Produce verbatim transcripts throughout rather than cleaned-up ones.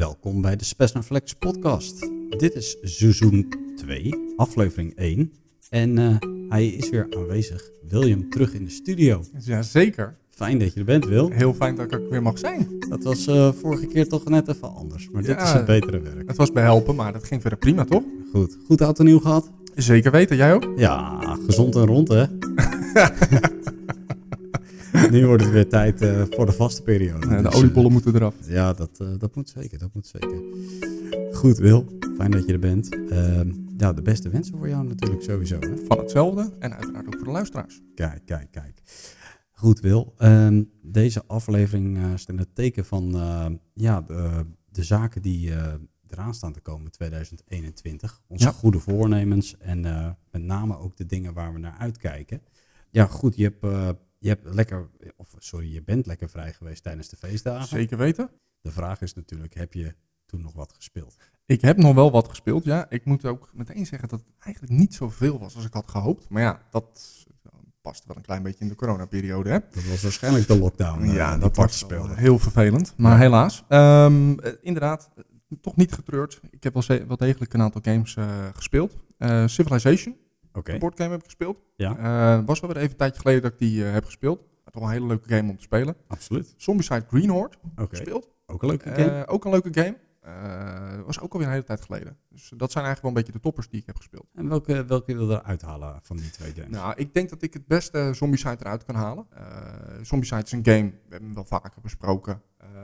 Welkom bij de Spes and Flex podcast. Dit is seizoen twee, aflevering één. En uh, hij is weer aanwezig. William terug in de studio. Jazeker. Fijn dat je er bent, Wil. Heel fijn dat ik er weer mag zijn. Dat was uh, vorige keer toch net even anders. Maar dit ja, is het betere werk. Het was behelpen, maar dat ging verder prima, toch? Goed. Goed oud en nieuw gehad? Zeker weten. Jij ook? Ja, gezond en rond, hè? Nu wordt het weer tijd uh, voor de vaste periode. Ja, de dus, oliebollen uh, moeten eraf. Ja, dat, uh, dat moet zeker. Dat moet zeker. Goed, Wil. Fijn dat je er bent. Uh, ja, de beste wensen voor jou natuurlijk sowieso. Hè? Van hetzelfde. En uiteraard ook voor de luisteraars. Kijk, kijk, kijk. Goed, Wil. Uh, deze aflevering uh, staat in het teken van uh, ja, de, de zaken die uh, eraan staan te komen in tweeduizend eenentwintig. Onze ja. goede voornemens en uh, met name ook de dingen waar we naar uitkijken. Ja, goed. Je hebt... Uh, Je hebt lekker, of sorry, je bent lekker vrij geweest tijdens de feestdagen. Zeker weten. De vraag is natuurlijk, heb je toen nog wat gespeeld? Ik heb nog wel wat gespeeld, ja. Ik moet ook meteen zeggen dat het eigenlijk niet zoveel was als ik had gehoopt. Maar ja, dat past wel een klein beetje in de coronaperiode, hè. Dat was waarschijnlijk de lockdown. Ja, uh, dat was speelde. Heel vervelend. Maar ja. helaas. Um, inderdaad, toch niet getreurd. Ik heb wel, ze- wel degelijk een aantal games uh, gespeeld. Uh, Civilization. Okay. Een boardgame heb ik gespeeld. Ja. Uh, was wel weer even een tijdje geleden dat ik die uh, heb gespeeld. Maar toch een hele leuke game om te spelen. Absoluut. Zombicide Green Horde okay. gespeeld. Ook een leuke game. Uh, ook een leuke game. Uh, was ook alweer een hele tijd geleden. Dus dat zijn eigenlijk wel een beetje de toppers die ik heb gespeeld. En welke, welke wil je eruit halen van die twee games? Nou, ik denk dat ik het beste Zombicide eruit kan halen. Uh, Zombicide is een game, we hebben hem wel vaker besproken.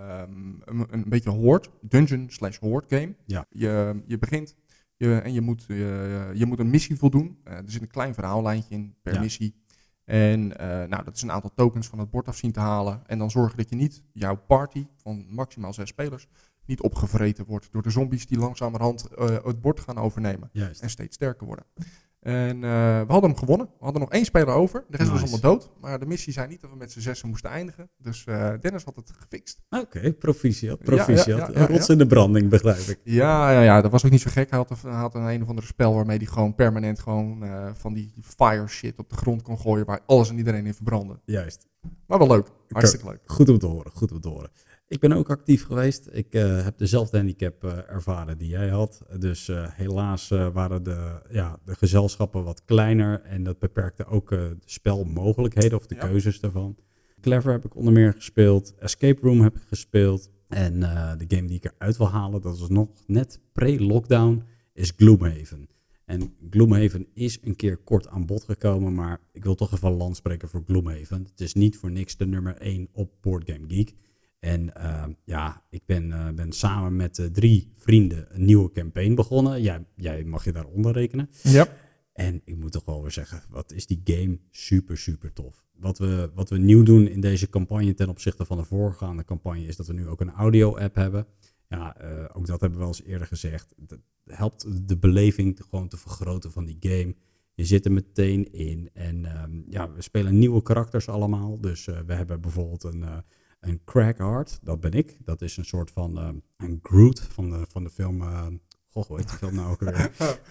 Um, een, een beetje horde, dungeon slash horde game. Ja. Je, je begint je, en je moet, je, je moet een missie voldoen. Uh, er zit een klein verhaallijntje in per ja. missie. En uh, nou, dat is een aantal tokens van het bord af zien te halen. En dan zorgen dat je niet, jouw party van maximaal zes spelers, niet opgevreten wordt door de zombies die langzamerhand uh, het bord gaan overnemen. Juist. En steeds sterker worden. En uh, we hadden hem gewonnen. We hadden nog één speler over. De rest nice. was allemaal dood. Maar de missie zei niet dat we met z'n zessen moesten eindigen. Dus uh, Dennis had het gefixt. Oké, okay, proficiat. Proficiat. Ja, ja, ja, ja, Rots ja. in de branding, begrijp ik. Ja, ja, ja, dat was ook niet zo gek. Hij had een, had een, een of andere spel waarmee hij gewoon permanent gewoon uh, van die fire shit op de grond kon gooien. Waar alles en iedereen in verbrandde. Juist. Maar wel leuk. Hartstikke leuk. Goed om te horen. Goed om te horen. Ik ben ook actief geweest. Ik uh, heb dezelfde handicap uh, ervaren die jij had. Dus uh, helaas uh, waren de, ja, de gezelschappen wat kleiner. En dat beperkte ook uh, de spelmogelijkheden of de ja. keuzes daarvan. Clever heb ik onder meer gespeeld. Escape Room heb ik gespeeld. En uh, de game die ik eruit wil halen, dat was nog net pre-lockdown, is Gloomhaven. En Gloomhaven is een keer kort aan bod gekomen, maar ik wil toch even een lans spreken voor Gloomhaven. Het is niet voor niks de nummer één op Board Game Geek. En uh, ja, ik ben, uh, ben samen met uh, drie vrienden een nieuwe campaign begonnen. Jij, jij mag je daaronder rekenen. Ja. En ik moet toch wel weer zeggen, wat is die game super, super tof. Wat we, wat we nieuw doen in deze campagne ten opzichte van de voorgaande campagne is dat we nu ook een audio-app hebben. Ja, uh, ook dat hebben we al eens eerder gezegd. Dat helpt de beleving te, gewoon te vergroten van die game. Je zit er meteen in. En um, ja, we spelen nieuwe karakters allemaal. Dus uh, we hebben bijvoorbeeld een... Uh, Een Crackhard, dat ben ik. Dat is een soort van uh, een Groot van de, van de film... Uh, goh, hoe heet die film nou ook alweer?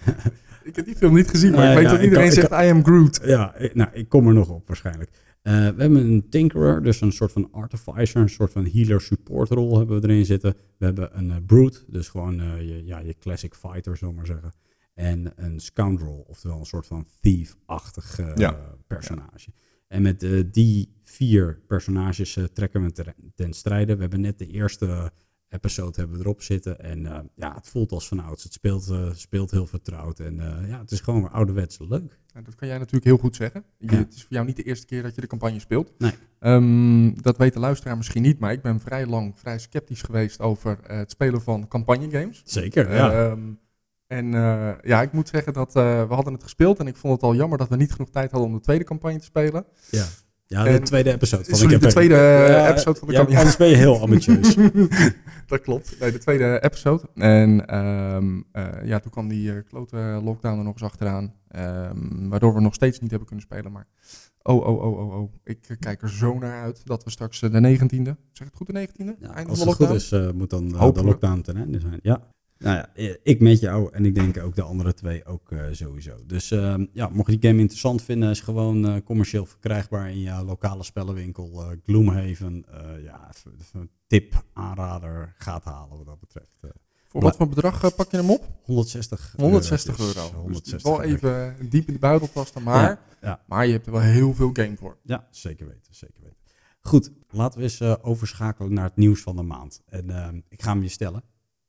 Ik heb die film niet gezien, maar nee, ik weet ja, dat iedereen ik, zegt ik, I am Groot. Ja, ik, nou, ik kom er nog op waarschijnlijk. Uh, we hebben een Tinkerer, dus een soort van Artificer, een soort van healer-support rol hebben we erin zitten. We hebben een uh, Brute, dus gewoon uh, je, ja, je classic fighter, zullen we maar zeggen. En een Scoundrel, oftewel een soort van thief-achtig uh, ja. personage. Ja. En met uh, die vier personages uh, trekken we ten, ten strijde. We hebben net de eerste episode hebben we erop zitten. En uh, ja, het voelt als vanouds. Het speelt, uh, speelt heel vertrouwd. En uh, ja, het is gewoon weer ouderwets leuk. Ja, dat kan jij natuurlijk heel goed zeggen. Je, ja. Het is voor jou niet de eerste keer dat je de campagne speelt. Nee. Um, dat weet de luisteraar misschien niet. Maar ik ben vrij lang vrij sceptisch geweest over uh, het spelen van campagnegames. Zeker, ja. Um, En uh, ja, ik moet zeggen dat uh, we hadden het gespeeld en ik vond het al jammer dat we niet genoeg tijd hadden om de tweede campagne te spelen. Ja, ja de en, tweede episode van sorry, de, de tweede uh, episode van de ja, campagne. Anders ben je heel ambitieus. Dat klopt, nee, de tweede episode. En um, uh, ja, toen kwam die uh, klote lockdown er nog eens achteraan, um, waardoor we nog steeds niet hebben kunnen spelen. Maar oh, oh, oh, oh, oh, ik uh, kijk er zo naar uit dat we straks uh, de negentiende, zeg ik het goed, de negentiende? Ja, als het goed is, uh, moet dan uh, de lockdown ten einde zijn, ja. Nou ja, ik met jou en ik denk ook de andere twee ook uh, sowieso. Dus uh, ja, mocht je die game interessant vinden, is gewoon uh, commercieel verkrijgbaar in je lokale spellenwinkel. Uh, Gloomhaven, uh, ja, even, even een tip, aanrader, gaat halen wat dat betreft. Uh, Voor wat voor bedrag uh, pak je hem op? honderdzestig honderdzestig euro. Dus honderdzestig wel even diep in de buidel tasten, maar, ja, ja. maar je hebt er wel heel veel game voor. Ja, zeker weten, zeker weten. Goed, laten we eens uh, overschakelen naar het nieuws van de maand. En uh, ik ga hem je stellen.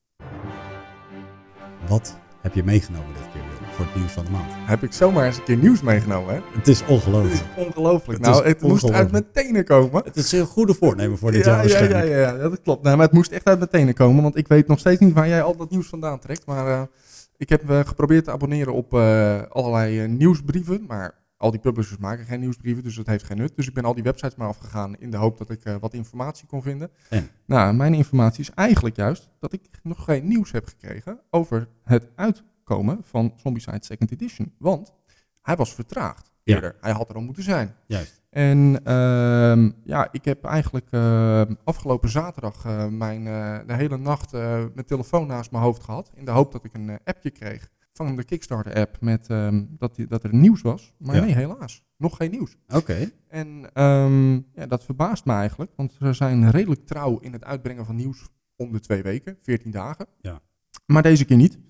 Wat heb je meegenomen dit keer, Wil, voor het nieuws van de maand? Heb ik zomaar eens een keer nieuws meegenomen, hè? Het is ongelooflijk. Het is ongelooflijk. Het nou, is het moest uit mijn tenen komen. Het is een goede voornemen voor dit ja, jaar ja, ja, ja, ja, dat klopt. Nou, maar het moest echt uit mijn tenen komen, want ik weet nog steeds niet waar jij al dat nieuws vandaan trekt. Maar uh, ik heb uh, geprobeerd te abonneren op uh, allerlei uh, nieuwsbrieven, maar al die publishers maken geen nieuwsbrieven, dus dat heeft geen nut. Dus ik ben al die websites maar afgegaan in de hoop dat ik uh, wat informatie kon vinden. En? Nou, mijn informatie is eigenlijk juist dat ik nog geen nieuws heb gekregen over het uitkomen van Zombicide second Edition. Want hij was vertraagd eerder. Ja. Hij had er al moeten zijn. Juist. En uh, ja, ik heb eigenlijk uh, afgelopen zaterdag uh, mijn, uh, de hele nacht uh, mijn telefoon naast mijn hoofd gehad. In de hoop dat ik een uh, appje kreeg van de Kickstarter-app met um, dat, die, dat er nieuws was. Maar ja. nee, helaas. Nog geen nieuws. Oké. Okay. En um, ja, dat verbaast me eigenlijk. Want ze zijn redelijk trouw in het uitbrengen van nieuws om de twee weken. veertien dagen. Ja. Maar deze keer niet.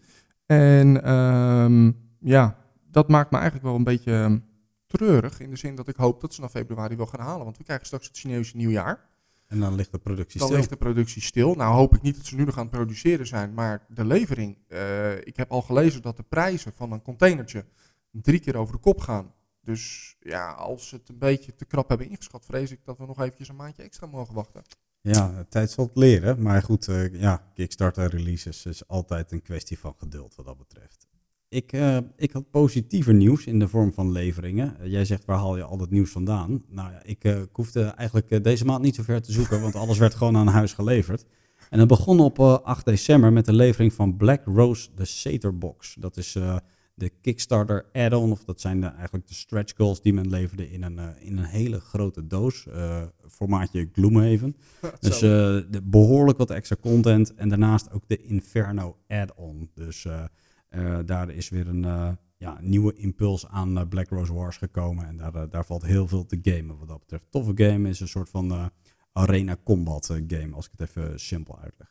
En um, ja, dat maakt me eigenlijk wel een beetje treurig. In de zin dat ik hoop dat ze naar februari wel gaan halen. Want we krijgen straks het Chinese nieuwjaar. En dan ligt de productie dan stil. Dan ligt de productie stil. Nou hoop ik niet dat ze nu nog aan het produceren zijn. Maar de levering. Uh, ik heb al gelezen dat de prijzen van een containertje drie keer over de kop gaan. Dus ja, als ze het een beetje te krap hebben ingeschat, vrees ik dat we nog eventjes een maandje extra mogen wachten. Ja, de tijd zal het leren. Maar goed, uh, ja, Kickstarter releases is altijd een kwestie van geduld wat dat betreft. Ik, uh, ik had positiever nieuws in de vorm van leveringen. Uh, jij zegt, waar haal je al dat nieuws vandaan? Nou ja, ik, uh, ik hoefde eigenlijk uh, deze maand niet zo ver te zoeken, want alles werd gewoon aan huis geleverd. En het begon op uh, acht december met de levering van Black Rose, de Satyr Box. Dat is uh, de Kickstarter add-on, of dat zijn de, eigenlijk de stretch goals die men leverde in een, uh, in een hele grote doos. Uh, formaatje Gloomhaven. Dus uh, de, behoorlijk wat extra content. En daarnaast ook de Inferno add-on. Dus uh, uh, daar is weer een uh, ja, nieuwe impuls aan uh, Black Rose Wars gekomen. En daar, uh, daar valt heel veel te gamen wat dat betreft. Toffe game, is een soort van uh, arena combat uh, game, als ik het even simpel uitleg.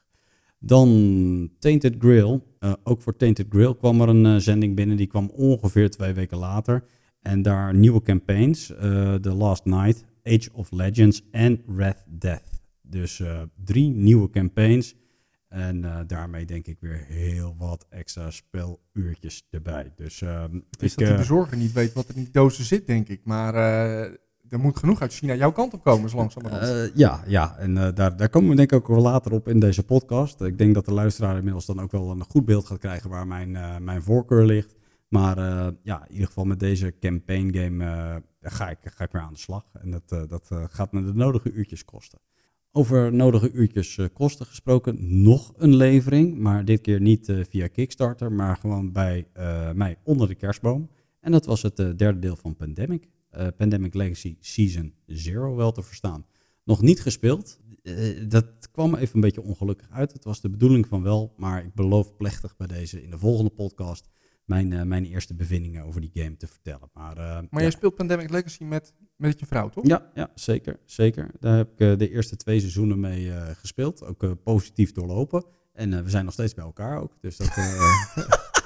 Dan Tainted Grail. Uh, ook voor Tainted Grail kwam er een uh, zending binnen. Die kwam ongeveer twee weken later. En daar nieuwe campaigns. Uh, The Last Night, Age of Legends en Red Death. Dus uh, drie nieuwe campaigns. En uh, daarmee denk ik weer heel wat extra speluurtjes erbij. Dus, uh, het is ik, dat die uh, bezorger niet weet wat er in die dozen zit, denk ik. Maar uh, er moet genoeg uit China jouw kant op komen, zo langzamerhand. Uh, ja, ja, en uh, daar, daar komen we denk ik ook wel later op in deze podcast. Ik denk dat de luisteraar inmiddels dan ook wel een goed beeld gaat krijgen waar mijn, uh, mijn voorkeur ligt. Maar uh, ja, in ieder geval met deze campaign game uh, ga, ik, ga ik weer aan de slag. En dat, uh, dat uh, gaat me de nodige uurtjes kosten. Over nodige uurtjes uh, kosten gesproken, nog een levering. Maar dit keer niet uh, via Kickstarter, maar gewoon bij uh, mij onder de kerstboom. En dat was het uh, derde deel van Pandemic. Uh, Pandemic Legacy Season Zero wel te verstaan. Nog niet gespeeld. Uh, dat kwam even een beetje ongelukkig uit. Het was de bedoeling van wel, maar ik beloof plechtig bij deze in de volgende podcast mijn, uh, mijn eerste bevindingen over die game te vertellen. Maar, uh, maar ja. jij speelt Pandemic Legacy met, met je vrouw, toch? Ja, ja zeker, zeker. Daar heb ik uh, de eerste twee seizoenen mee uh, gespeeld. Ook uh, positief doorlopen. En uh, we zijn nog steeds bij elkaar ook. Dus dat... Uh,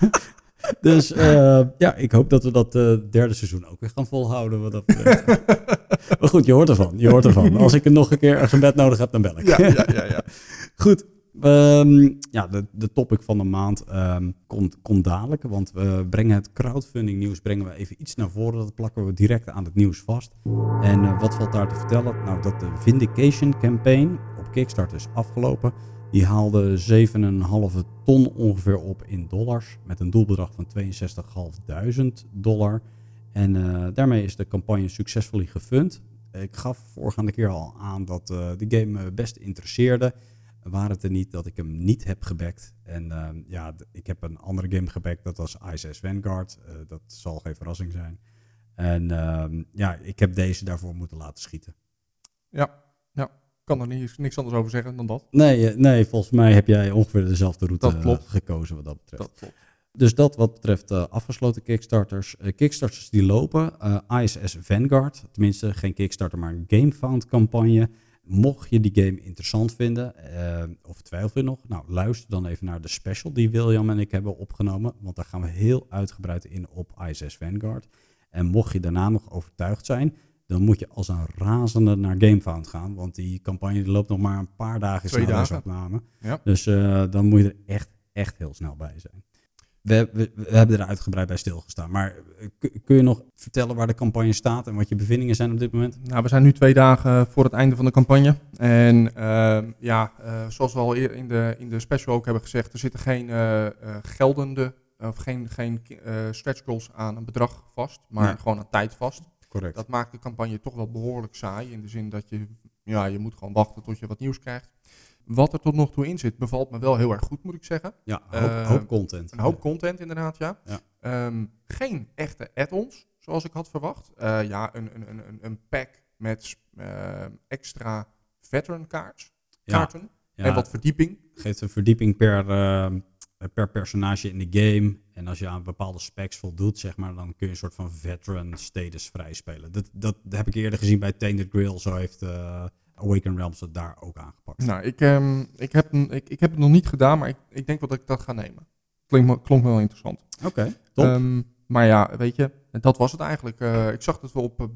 Dus uh, ja, ik hoop dat we dat uh, derde seizoen ook weer gaan volhouden. Wat dat maar goed, je hoort ervan. Je hoort ervan. Als ik het nog een keer als een bed nodig heb, dan bel ik. Ja, ja, ja, ja. Goed. Um, ja, de, de topic van de maand um, komt, komt dadelijk. Want we brengen het crowdfunding nieuws brengen we even iets naar voren. Dat plakken we direct aan het nieuws vast. En uh, wat valt daar te vertellen? Nou, dat de Vindication campaign op Kickstarter is afgelopen. Die haalde zeven komma vijf ton ongeveer op in dollars. Met een doelbedrag van tweeënzestigduizend vijfhonderd dollar. En uh, daarmee is de campagne succesvol gefund. Ik gaf vorige keer al aan dat uh, de game me best interesseerde. Waar het er niet dat ik hem niet heb gebackt. En uh, ja, d- ik heb een andere game gebackt. Dat was I S S Vanguard. Uh, dat zal geen verrassing zijn. En uh, ja, ik heb deze daarvoor moeten laten schieten. Ja, ja. kan er niet, niks anders over zeggen dan dat. Nee, uh, nee, volgens mij heb jij ongeveer dezelfde route Dat klopt. Uh, gekozen wat dat betreft. Dat klopt. Dus dat wat betreft uh, afgesloten Kickstarters. Uh, Kickstarters die lopen. Uh, I S S Vanguard, tenminste geen Kickstarter, maar een GameFound campagne. Mocht je die game interessant vinden, uh, of twijfel je nog, nou luister dan even naar de special die William en ik hebben opgenomen. Want daar gaan we heel uitgebreid in op I S S Vanguard. En mocht je daarna nog overtuigd zijn, dan moet je als een razende naar GameFound gaan. Want die campagne die loopt nog maar een paar dagen Twee dagen. opname. Ja. Dus uh, dan moet je er echt, echt heel snel bij zijn. We, we, we hebben er uitgebreid bij stilgestaan. Maar k- kun je nog vertellen waar de campagne staat en wat je bevindingen zijn op dit moment? Nou, we zijn nu twee dagen voor het einde van de campagne. En uh, ja, uh, zoals we al in de, in de special ook hebben gezegd, er zitten geen uh, uh, geldende of geen, geen uh, stretch goals aan een bedrag vast, maar Nee. gewoon aan tijd vast. Correct. Dat maakt de campagne toch wel behoorlijk saai. In de zin dat je, ja, je moet gewoon wachten tot je wat nieuws krijgt. Wat er tot nog toe in zit, bevalt me wel heel erg goed, moet ik zeggen. Ja, een hoop, Uh, hoop content. Een hoop content inderdaad, ja. ja. Um, geen echte add-ons, zoals ik had verwacht. Uh, ja, een, een, een, een pack met uh, extra veteran kaarts, kaarten Ja. Ja. en wat verdieping. Geeft een verdieping per, uh, per personage in de game. En als je aan bepaalde specs voldoet, zeg maar, dan kun je een soort van veteran status vrijspelen. Dat, dat, dat heb ik eerder gezien bij Tainted Grail. Zo heeft uh, Awakened Realms het daar ook aangepakt. Nou, ik, um, ik, heb, ik, ik heb het nog niet gedaan, maar ik, ik denk wel dat ik dat ga nemen. Klonk, klonk wel interessant. Oké, okay, top. Um, maar ja, weet je, dat was het eigenlijk. Uh, ik zag dat we op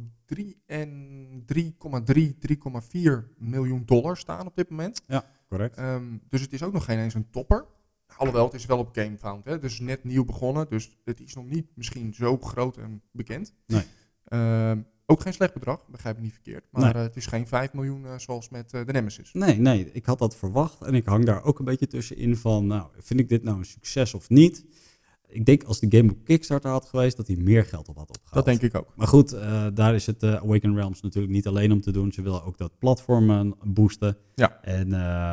drie komma drie, drie komma vier miljoen dollar staan op dit moment. Ja, correct. Um, dus het is ook nog geen eens een topper. Alhoewel, het is wel op GameFound, hè? Dus net nieuw begonnen. Dus het is nog niet misschien zo groot en bekend. Nee. Um, ook geen slecht bedrag, begrijp me niet verkeerd. Maar nee. uh, het is geen vijf miljoen uh, zoals met uh, de Nemesis. Nee, nee, ik had dat verwacht. En ik hang daar ook een beetje tussenin van, nou, vind ik dit nou een succes of niet? Ik denk als de game op Kickstarter had geweest, dat hij meer geld op had opgehaald. Dat denk ik ook. Maar goed, uh, daar is het uh, Awakened Realms natuurlijk niet alleen om te doen. Ze willen ook dat platform uh, boosten. Ja. En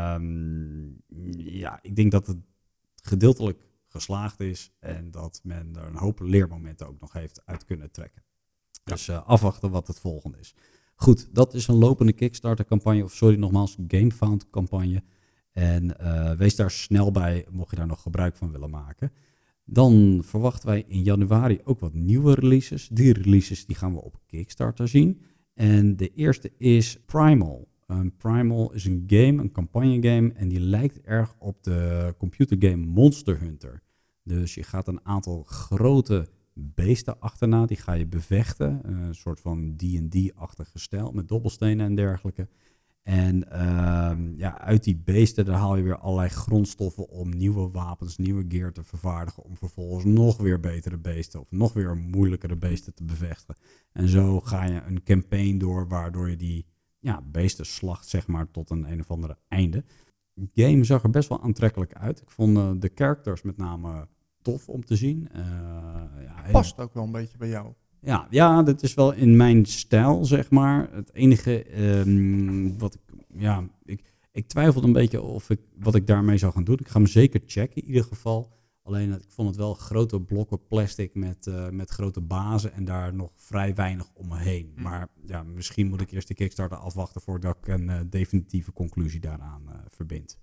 uh, ja, ik denk dat het gedeeltelijk geslaagd is. En dat men er een hoop leermomenten ook nog heeft uit kunnen trekken. Ja. Dus uh, afwachten wat het volgende is. Goed, dat is een lopende Kickstarter campagne. Of sorry, nogmaals, GameFound campagne. En uh, wees daar snel bij, mocht je daar nog gebruik van willen maken. Dan verwachten wij in januari ook wat nieuwe releases. Die releases die gaan we op Kickstarter zien. En de eerste is Primal. Um, Primal is een game, een campagnegame. En die lijkt erg op de computergame Monster Hunter. Dus je gaat een aantal grote beesten achterna. Die ga je bevechten. Een soort van D en D-achtige stijl met dobbelstenen en dergelijke. En uh, ja, uit die beesten daar haal je weer allerlei grondstoffen om nieuwe wapens, nieuwe gear te vervaardigen. Om vervolgens nog weer betere beesten of nog weer moeilijkere beesten te bevechten. En zo ga je een campaign door waardoor je die ja, beesten slacht zeg maar tot een een of andere einde. De game zag er best wel aantrekkelijk uit. Ik vond uh, de characters met name tof om te zien. Uh, ja, Past ook wel een beetje bij jou. Ja, ja, dat is wel in mijn stijl, zeg maar. Het enige um, wat ik, ja, ik, ik twijfelde een beetje of ik, wat ik daarmee zou gaan doen. Ik ga hem zeker checken in ieder geval. Alleen, ik vond het wel grote blokken plastic met, uh, met grote bazen en daar nog vrij weinig omheen. Mm. Maar ja, misschien moet ik eerst de Kickstarter afwachten voordat ik een uh, definitieve conclusie daaraan uh, verbind.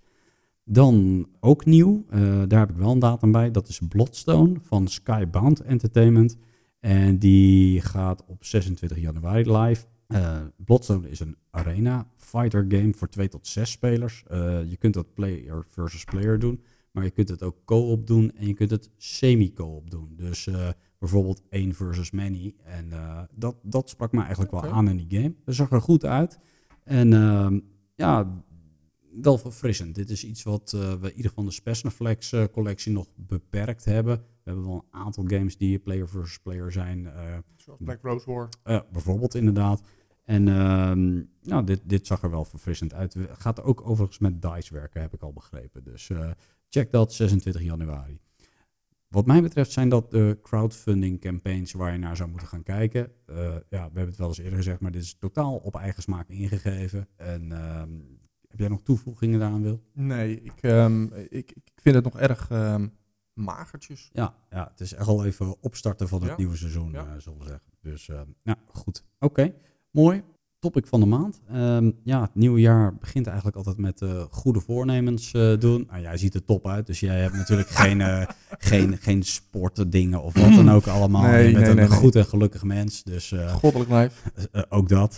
Dan ook nieuw, uh, daar heb ik wel een datum bij. Dat is Bloodstone van Skybound Entertainment. En die gaat op zesentwintig januari live. Uh, Bloodstone is een arena fighter game voor twee tot zes spelers. Uh, je kunt dat player versus player doen. Maar je kunt het ook co-op doen en je kunt het semi-co-op doen. Dus uh, bijvoorbeeld één versus many. En uh, dat, dat sprak me eigenlijk okay. wel aan in die game. Dat zag er goed uit. En uh, ja, wel verfrissend. Dit is iets wat uh, we in ieder geval de Spesnaflex uh, collectie nog beperkt hebben. We hebben wel een aantal games die player versus player zijn. Uh, Zoals Black Rose War. Uh, bijvoorbeeld inderdaad. En uh, nou, dit, dit zag er wel verfrissend uit. Het gaat ook overigens met DICE werken, heb ik al begrepen. Dus uh, check dat zesentwintig januari. Wat mij betreft zijn dat de crowdfunding campaigns waar je naar zou moeten gaan kijken. Uh, ja, we hebben het wel eens eerder gezegd, maar dit is totaal op eigen smaak ingegeven. En uh, heb jij nog toevoegingen daaraan, Wil? Nee, ik, um, ik, ik vind het nog erg um, magertjes. Ja, ja, het is echt al even opstarten van het ja. nieuwe seizoen, ja. uh, zullen we zeggen. Dus uh, ja, goed. Oké, okay. Mooi. topic van de maand. Um, ja, het nieuwe jaar begint eigenlijk altijd met uh, goede voornemens uh, doen. Nou, jij ziet er top uit, dus jij hebt natuurlijk geen, uh, geen, geen sportdingen of wat dan ook allemaal. Nee, je bent nee, een nee, goed en gelukkig mens. Dus, uh, Goddelijk lijf. Uh, ook dat.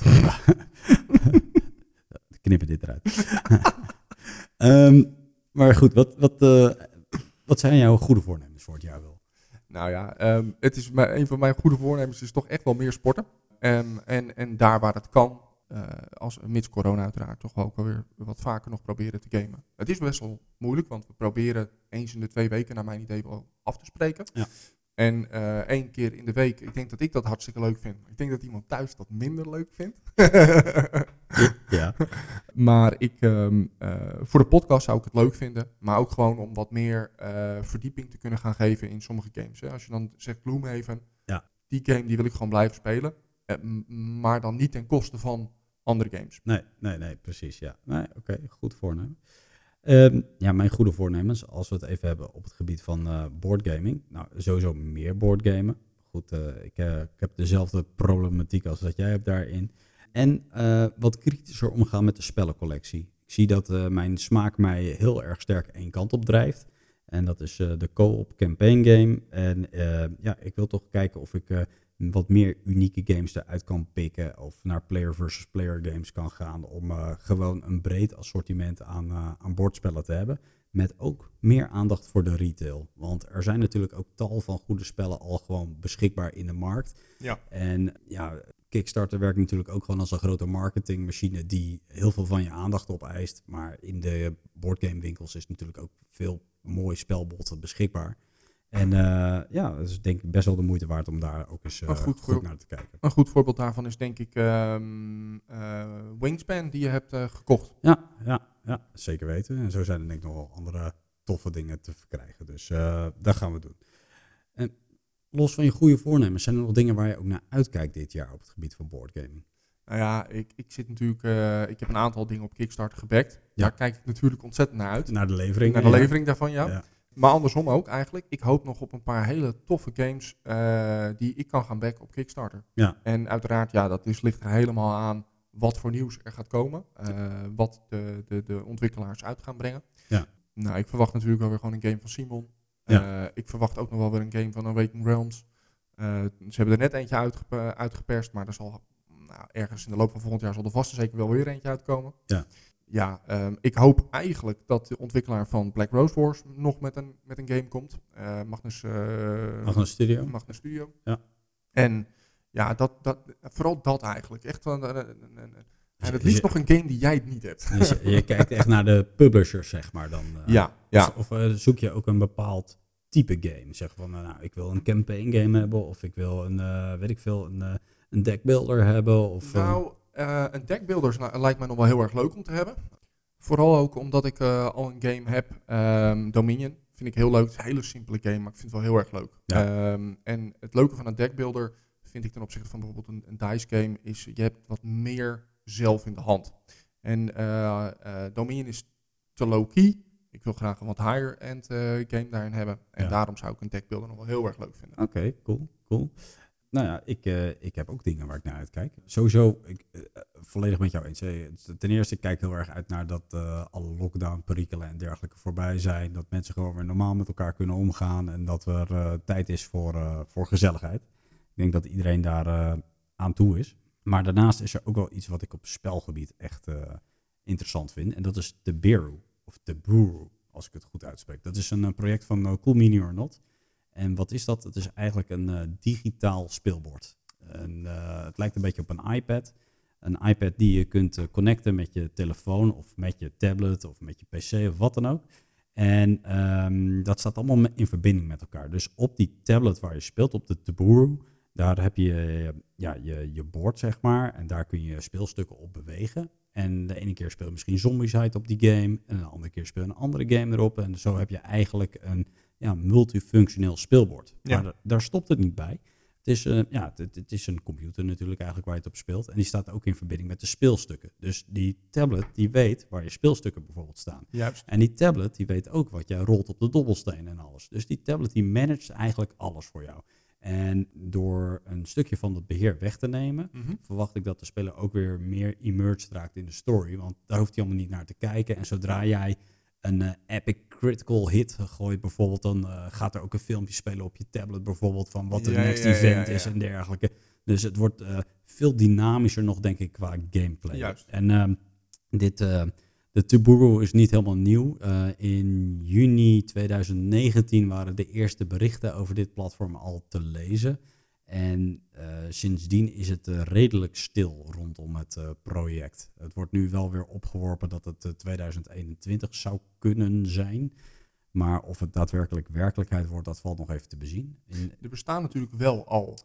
Knippen dit eruit. um, maar goed, wat, wat, uh, wat zijn jouw goede voornemens voor het jaar wel? Nou ja, um, het is mijn, een van mijn goede voornemens is toch echt wel meer sporten. Um, en, en daar waar het kan, uh, als, mits corona uiteraard, toch wel ook weer wat vaker nog proberen te gamen. Het is best wel moeilijk, want we proberen eens in de twee weken naar mijn idee wel af te spreken. Ja. En uh, één keer in de week, ik denk dat ik dat hartstikke leuk vind. Ik denk dat iemand thuis dat minder leuk vindt. Ja. Maar ik, um, uh, voor de podcast zou ik het leuk vinden. Maar ook gewoon om wat meer uh, verdieping te kunnen gaan geven in sommige games. Hè. Als je dan zegt Gloomhaven, ja. Die game die wil ik gewoon blijven spelen. Uh, m- maar dan niet ten koste van andere games. Nee, nee, nee, precies. Ja. Nee, Oké, okay, goed voornemen. Um, ja, mijn goede voornemens, als we het even hebben op het gebied van uh, boardgaming. Nou, sowieso meer boardgamen. Goed, uh, ik, uh, ik heb dezelfde problematiek als dat jij hebt daarin. En uh, wat kritischer omgaan met de spellencollectie. Ik zie dat uh, mijn smaak mij heel erg sterk één kant op drijft. En dat is uh, de co-op campaign game. En uh, ja, ik wil toch kijken of ik uh, wat meer unieke games eruit kan pikken. Of naar player versus player games kan gaan. Om uh, gewoon een breed assortiment aan, uh, aan bordspellen te hebben. Met ook meer aandacht voor de retail. Want er zijn natuurlijk ook tal van goede spellen al gewoon beschikbaar in de markt. Ja. En ja, Kickstarter werkt natuurlijk ook gewoon als een grote marketingmachine die heel veel van je aandacht opeist. Maar in de boardgamewinkels is natuurlijk ook veel mooi spelbod beschikbaar. En uh, ja, dat is denk ik best wel de moeite waard om daar ook eens uh, goed, goed voor, naar te kijken. Een goed voorbeeld daarvan is denk ik um, uh, Wingspan die je hebt uh, gekocht. Ja, ja, ja, zeker weten. En zo zijn er denk ik nog wel andere toffe dingen te verkrijgen. Dus uh, dat gaan we doen. En los van je goede voornemens, zijn er nog dingen waar je ook naar uitkijkt dit jaar op het gebied van boardgaming? Nou ja, ik, ik zit natuurlijk, uh, ik heb een aantal dingen op Kickstarter gebackt. Ja. Daar kijk ik natuurlijk ontzettend naar uit. Naar de levering. Naar de ja. levering daarvan, ja. ja. Maar andersom ook eigenlijk. Ik hoop nog op een paar hele toffe games uh, die ik kan gaan backen op Kickstarter. Ja. En uiteraard, ja, dat dus ligt er helemaal aan wat voor nieuws er gaat komen. Uh, wat de, de, de ontwikkelaars uit gaan brengen. Ja. Nou, ik verwacht natuurlijk wel weer gewoon een game van Simon. Ja. Uh, ik verwacht ook nog wel weer een game van Awakening Realms. Uh, ze hebben er net eentje uitge- uitgeperst, maar er zal nou, ergens in de loop van volgend jaar zal er vast en zeker wel weer eentje uitkomen. Ja. Ja, um, ik hoop eigenlijk dat de ontwikkelaar van Black Rose Wars nog met een, met een game komt. Uh, Magnus, uh, Magnus Studio. Magnus Studio. Ja. En ja, dat, dat, vooral dat eigenlijk. Echt, uh, uh, uh, uh, uh, en het liefst nog een game die jij niet hebt. Dus je, je kijkt echt naar de publishers, zeg maar dan. Uh, ja, ja. Of, of uh, zoek je ook een bepaald type game? Zeg van, uh, nou, ik wil een campaign game hebben. Of ik wil een, uh, weet ik veel, een, uh, een deckbuilder hebben. Of, nou... Uh, een deckbuilder uh, lijkt mij nog wel heel erg leuk om te hebben. Vooral ook omdat ik uh, al een game heb, um, Dominion. Vind ik heel leuk. Het is een hele simpele game, maar ik vind het wel heel erg leuk. Ja. Um, en het leuke van een deckbuilder vind ik ten opzichte van bijvoorbeeld een, een dice game, is je hebt wat meer zelf in de hand. En uh, uh, Dominion is te low-key. Ik wil graag een wat higher-end uh, game daarin hebben. En ja. daarom zou ik een deckbuilder nog wel heel erg leuk vinden. Oké, okay, cool, cool. Nou ja, ik, uh, ik heb ook dingen waar ik naar uitkijk. Sowieso, ik, uh, volledig met jou eens. Ten eerste, ik kijk heel erg uit naar dat uh, alle lockdown-perikelen en dergelijke voorbij zijn. Dat mensen gewoon weer normaal met elkaar kunnen omgaan. En dat er uh, tijd is voor, uh, voor gezelligheid. Ik denk dat iedereen daar uh, aan toe is. Maar daarnaast is er ook wel iets wat ik op spelgebied echt uh, interessant vind. En dat is Teberu, of Teberu, als ik het goed uitspreek. Dat is een uh, project van uh, Cool Mini or Not. En wat is dat? Het is eigenlijk een uh, digitaal speelbord. En, uh, het lijkt een beetje op een iPad. Een iPad die je kunt uh, connecten met je telefoon of met je tablet of met je pc of wat dan ook. En um, dat staat allemaal in verbinding met elkaar. Dus op die tablet waar je speelt, op de Teberu, daar heb je uh, ja, je, je bord, zeg maar. En daar kun je speelstukken op bewegen. En de ene keer speel je misschien Zombicide op die game. En de andere keer speel je een andere game erop. En zo heb je eigenlijk een ja, multifunctioneel speelbord. Ja. Maar d- daar stopt het niet bij. Het is, uh, ja, het, het is een computer natuurlijk eigenlijk waar je het op speelt. En die staat ook in verbinding met de speelstukken. Dus die tablet die weet waar je speelstukken bijvoorbeeld staan. Juist. En die tablet die weet ook wat jij rolt op de dobbelsteen en alles. Dus die tablet die managt eigenlijk alles voor jou. En door een stukje van het beheer weg te nemen, Mm-hmm. verwacht ik dat de speler ook weer meer immersed raakt in de story. Want daar hoeft hij allemaal niet naar te kijken. En zodra jij een uh, epic critical hit gooit bijvoorbeeld, dan uh, gaat er ook een filmpje spelen op je tablet bijvoorbeeld van wat de Ja, next ja, ja, event ja, is ja. en dergelijke. Dus het wordt uh, veel dynamischer nog, denk ik, qua gameplay. Juist. En uh, dit, uh, de Toburu is niet helemaal nieuw. Uh, in juni twintig negentien waren de eerste berichten over dit platform al te lezen. En uh, sindsdien is het uh, redelijk stil rondom het uh, project. Het wordt nu wel weer opgeworpen dat het uh, twintig eenentwintig zou kunnen zijn. Maar of het daadwerkelijk werkelijkheid wordt, dat valt nog even te bezien. In... Er bestaan natuurlijk wel al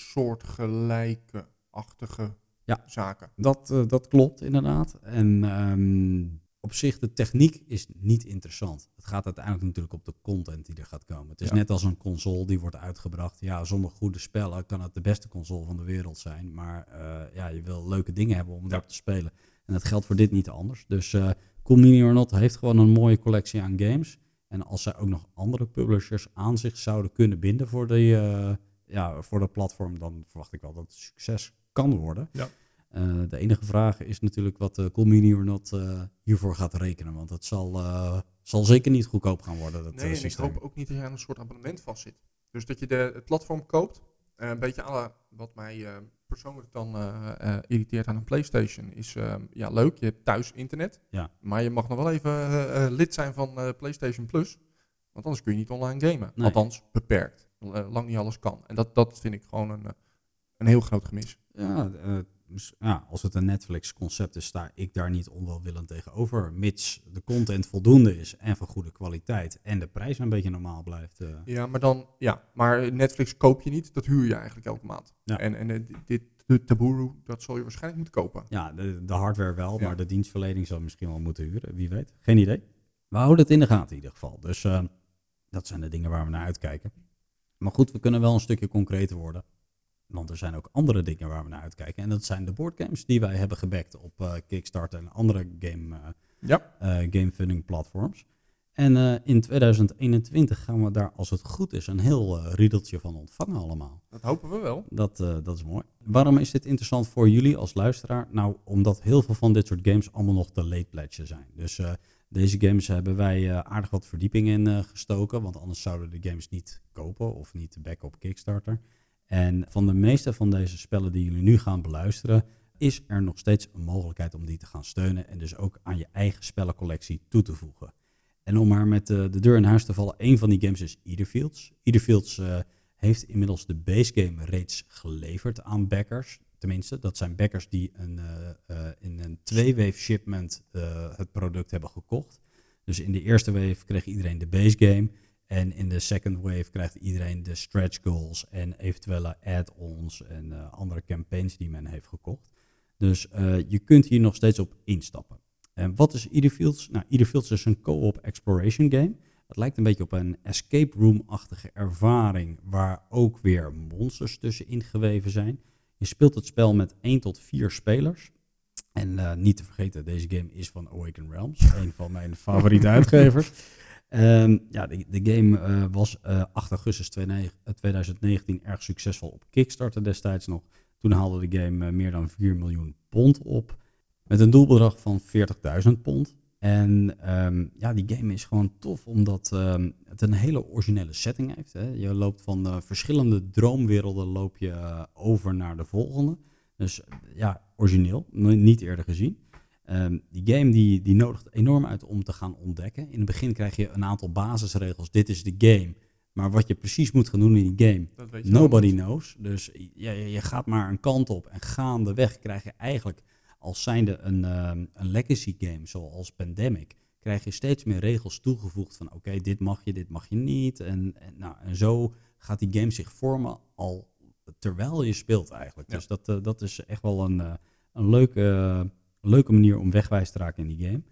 soortgelijke-achtige ja, zaken. Dat, uh, dat klopt inderdaad. En um, op zich, de techniek is niet interessant. Het gaat uiteindelijk natuurlijk op de content die er gaat komen. Het is ja. net als een console die wordt uitgebracht. Ja, zonder goede spellen kan het de beste console van de wereld zijn. Maar uh, ja, je wil leuke dingen hebben om ja. erop te spelen. En dat geldt voor dit niet anders. Dus uh, Cool Mini or Not heeft gewoon een mooie collectie aan games. En als zij ook nog andere publishers aan zich zouden kunnen binden voor de, uh, ja, voor de platform, dan verwacht ik wel dat het succes kan worden. Ja. Uh, de enige vraag is natuurlijk wat uh, Cool Mini or Not uh, hiervoor gaat rekenen. Want het zal, uh, zal zeker niet goedkoop gaan worden. Dat, nee, uh, en ik hoop ook niet dat je aan een soort abonnement vastzit. Dus dat je de, het platform koopt. Uh, een beetje alle wat mij uh, persoonlijk dan uh, uh, irriteert aan een PlayStation is uh, ja leuk. Je hebt thuis internet. Ja. Maar je mag nog wel even uh, uh, lid zijn van uh, PlayStation Plus. Want anders kun je niet online gamen. Nee. Althans, beperkt. Uh, lang niet alles kan. En dat, dat vind ik gewoon een, uh, een heel groot gemis. Ja, uh, ja, als het een Netflix-concept is, sta ik daar niet onwelwillend tegenover. Mits de content voldoende is en van goede kwaliteit. En de prijs een beetje normaal blijft. Uh. Ja, maar dan, ja, maar Netflix koop je niet. Dat huur je eigenlijk elke maand. Ja. En, en uh, dit, de Toburu, dat zal je waarschijnlijk moeten kopen. Ja, de, de hardware wel, ja. maar de dienstverlening zal je misschien wel moeten huren. Wie weet. Geen idee. We houden het in de gaten in ieder geval. Dus uh, dat zijn de dingen waar we naar uitkijken. Maar goed, we kunnen wel een stukje concreter worden. Want er zijn ook andere dingen waar we naar uitkijken. En dat zijn de boardgames die wij hebben gebackt op uh, Kickstarter en andere game, uh, ja. uh, gamefunding platforms. En uh, in twintig eenentwintig gaan we daar, als het goed is, een heel uh, riedeltje van ontvangen allemaal. Dat hopen we wel. Dat, uh, dat is mooi. Waarom is dit interessant voor jullie als luisteraar? Nou, omdat heel veel van dit soort games allemaal nog te late pledge zijn. Dus uh, deze games hebben wij uh, aardig wat verdieping in uh, gestoken. Want anders zouden de games niet kopen of niet backen op Kickstarter. En van de meeste van deze spellen die jullie nu gaan beluisteren, is er nog steeds een mogelijkheid om die te gaan steunen en dus ook aan je eigen spellencollectie toe te voegen. En om maar met de, de deur in huis te vallen, een van die games is Etherfields. Etherfields uh, heeft inmiddels de base game reeds geleverd aan backers. Tenminste, dat zijn backers die een, uh, uh, in een twee-wave shipment uh, het product hebben gekocht. Dus in de eerste wave kreeg iedereen de base game. En in de second wave krijgt iedereen de stretch goals en eventuele add-ons en uh, andere campaigns die men heeft gekocht. Dus uh, je kunt hier nog steeds op instappen. En wat is Etherfields? Nou, Etherfields is een co-op exploration game. Het lijkt een beetje op een escape room-achtige ervaring waar ook weer monsters tussen ingeweven zijn. Je speelt het spel met één tot vier spelers. En uh, niet te vergeten, deze game is van Awaken Realms, een van mijn favoriete uitgevers. Um, ja, de, de game uh, was uh, acht augustus twintig negentien erg succesvol op Kickstarter destijds nog. Toen haalde de game uh, meer dan vier miljoen pond op. Met een doelbedrag van veertigduizend pond. En um, ja, die game is gewoon tof omdat um, het een hele originele setting heeft. Hè. Je loopt van uh, verschillende droomwerelden loop je uh, over naar de volgende. Dus uh, ja, origineel, niet eerder gezien. Um, die game die, die nodigt enorm uit om te gaan ontdekken. In het begin krijg je een aantal basisregels. Dit is de game. Maar wat je precies moet gaan doen in die game, nobody knows. Dus ja, je gaat maar een kant op en gaandeweg krijg je eigenlijk, als zijnde een, um, een legacy game zoals Pandemic, krijg je steeds meer regels toegevoegd van oké, okay, dit mag je, dit mag je niet. En, en, nou, en zo gaat die game zich vormen al terwijl je speelt eigenlijk. Ja. Dus dat, uh, dat is echt wel een, uh, een leuke... Uh, Een leuke manier om wegwijs te raken in die game.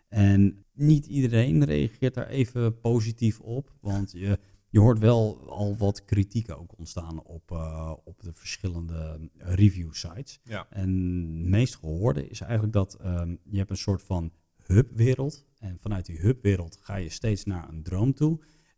En niet iedereen reageert daar even positief op. Want je, je hoort wel al wat kritiek ook ontstaan op, uh, op de verschillende review sites. Ja. En het meest gehoorde is eigenlijk dat um, je hebt een soort van hubwereld. En vanuit die hubwereld ga je steeds naar een droom toe.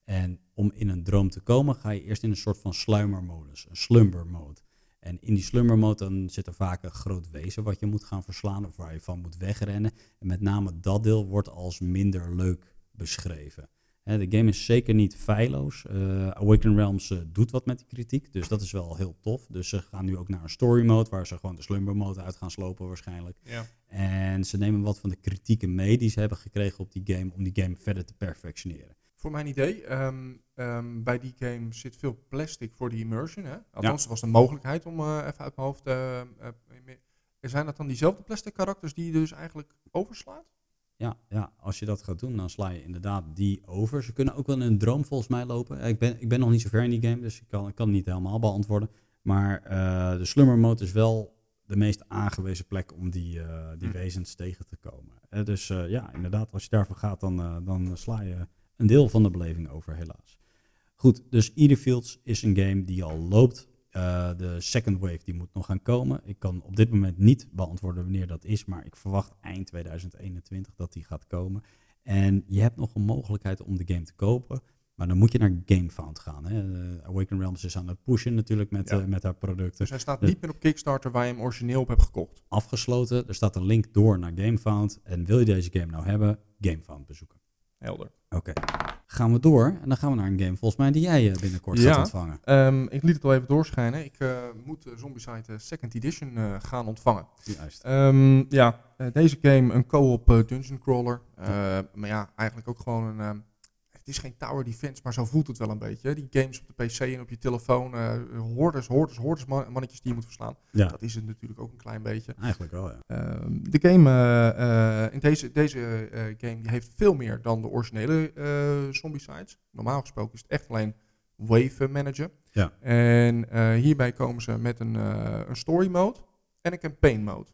En om in een droom te komen ga je eerst in een soort van sluimermodus, een slumber mode. En in die slumber mode dan zit er vaak een groot wezen wat je moet gaan verslaan of waar je van moet wegrennen. En met name dat deel wordt als minder leuk beschreven. He, de game is zeker niet feilloos. Uh, Awakened Realms uh, doet wat met die kritiek, dus dat is wel heel tof. Dus ze gaan nu ook naar een story mode, waar ze gewoon de slumber mode uit gaan slopen waarschijnlijk. Ja. En ze nemen wat van de kritieken mee die ze hebben gekregen op die game, om die game verder te perfectioneren. Voor mijn idee, um, um, bij die game zit veel plastic voor die immersion. Hè? Althans, ja. er was de mogelijkheid om uh, even uit mijn hoofd... Uh, uh, zijn dat dan diezelfde plastic karakters die je dus eigenlijk overslaat? Ja, ja, als je dat gaat doen, dan sla je inderdaad die over. Ze kunnen ook wel in een droom volgens mij lopen. Ik ben, ik ben nog niet zo ver in die game, dus ik kan, ik kan het niet helemaal beantwoorden. Maar uh, de slumber mode is wel de meest aangewezen plek om die, uh, die hm. wezens tegen te komen. Uh, dus uh, ja, inderdaad, als je daarvoor gaat, dan, uh, dan sla je een deel van de beleving over, helaas. Goed, dus Edenfields is een game die al loopt. Uh, de second wave die moet nog gaan komen. Ik kan op dit moment niet beantwoorden wanneer dat is, maar ik verwacht eind tweeduizend eenentwintig dat die gaat komen. En je hebt nog een mogelijkheid om de game te kopen, maar dan moet je naar GameFound gaan. Hè. Uh, Awakened Realms is aan het pushen natuurlijk met, ja. uh, met haar producten. Dus hij staat niet meer op Kickstarter waar je hem origineel op hebt gekocht. Afgesloten, er staat een link door naar GameFound. En wil je deze game nou hebben, GameFound bezoeken. Helder. Oké, okay. Gaan we door en dan gaan we naar een game volgens mij die jij uh, binnenkort ja, gaat ontvangen. Um, ik liet het al even doorschijnen. Ik uh, moet uh, Zombicide uh, second Edition uh, gaan ontvangen. Juist. Um, ja, uh, deze game een co-op uh, dungeon crawler. Uh, maar ja, eigenlijk ook gewoon een... Um, het is geen tower defense, maar zo voelt het wel een beetje. Hè? Die games op de P C en op je telefoon. Uh, hordes, hordes, hordes man- mannetjes die je moet verslaan. Ja. Dat is het natuurlijk ook een klein beetje. Eigenlijk wel, ja. Uh, de game, uh, uh, in deze, deze uh, game die heeft veel meer dan de originele uh, Zombicides. Normaal gesproken is het echt alleen wave managen. Ja. En uh, hierbij komen ze met een, uh, een story mode en een campaign mode.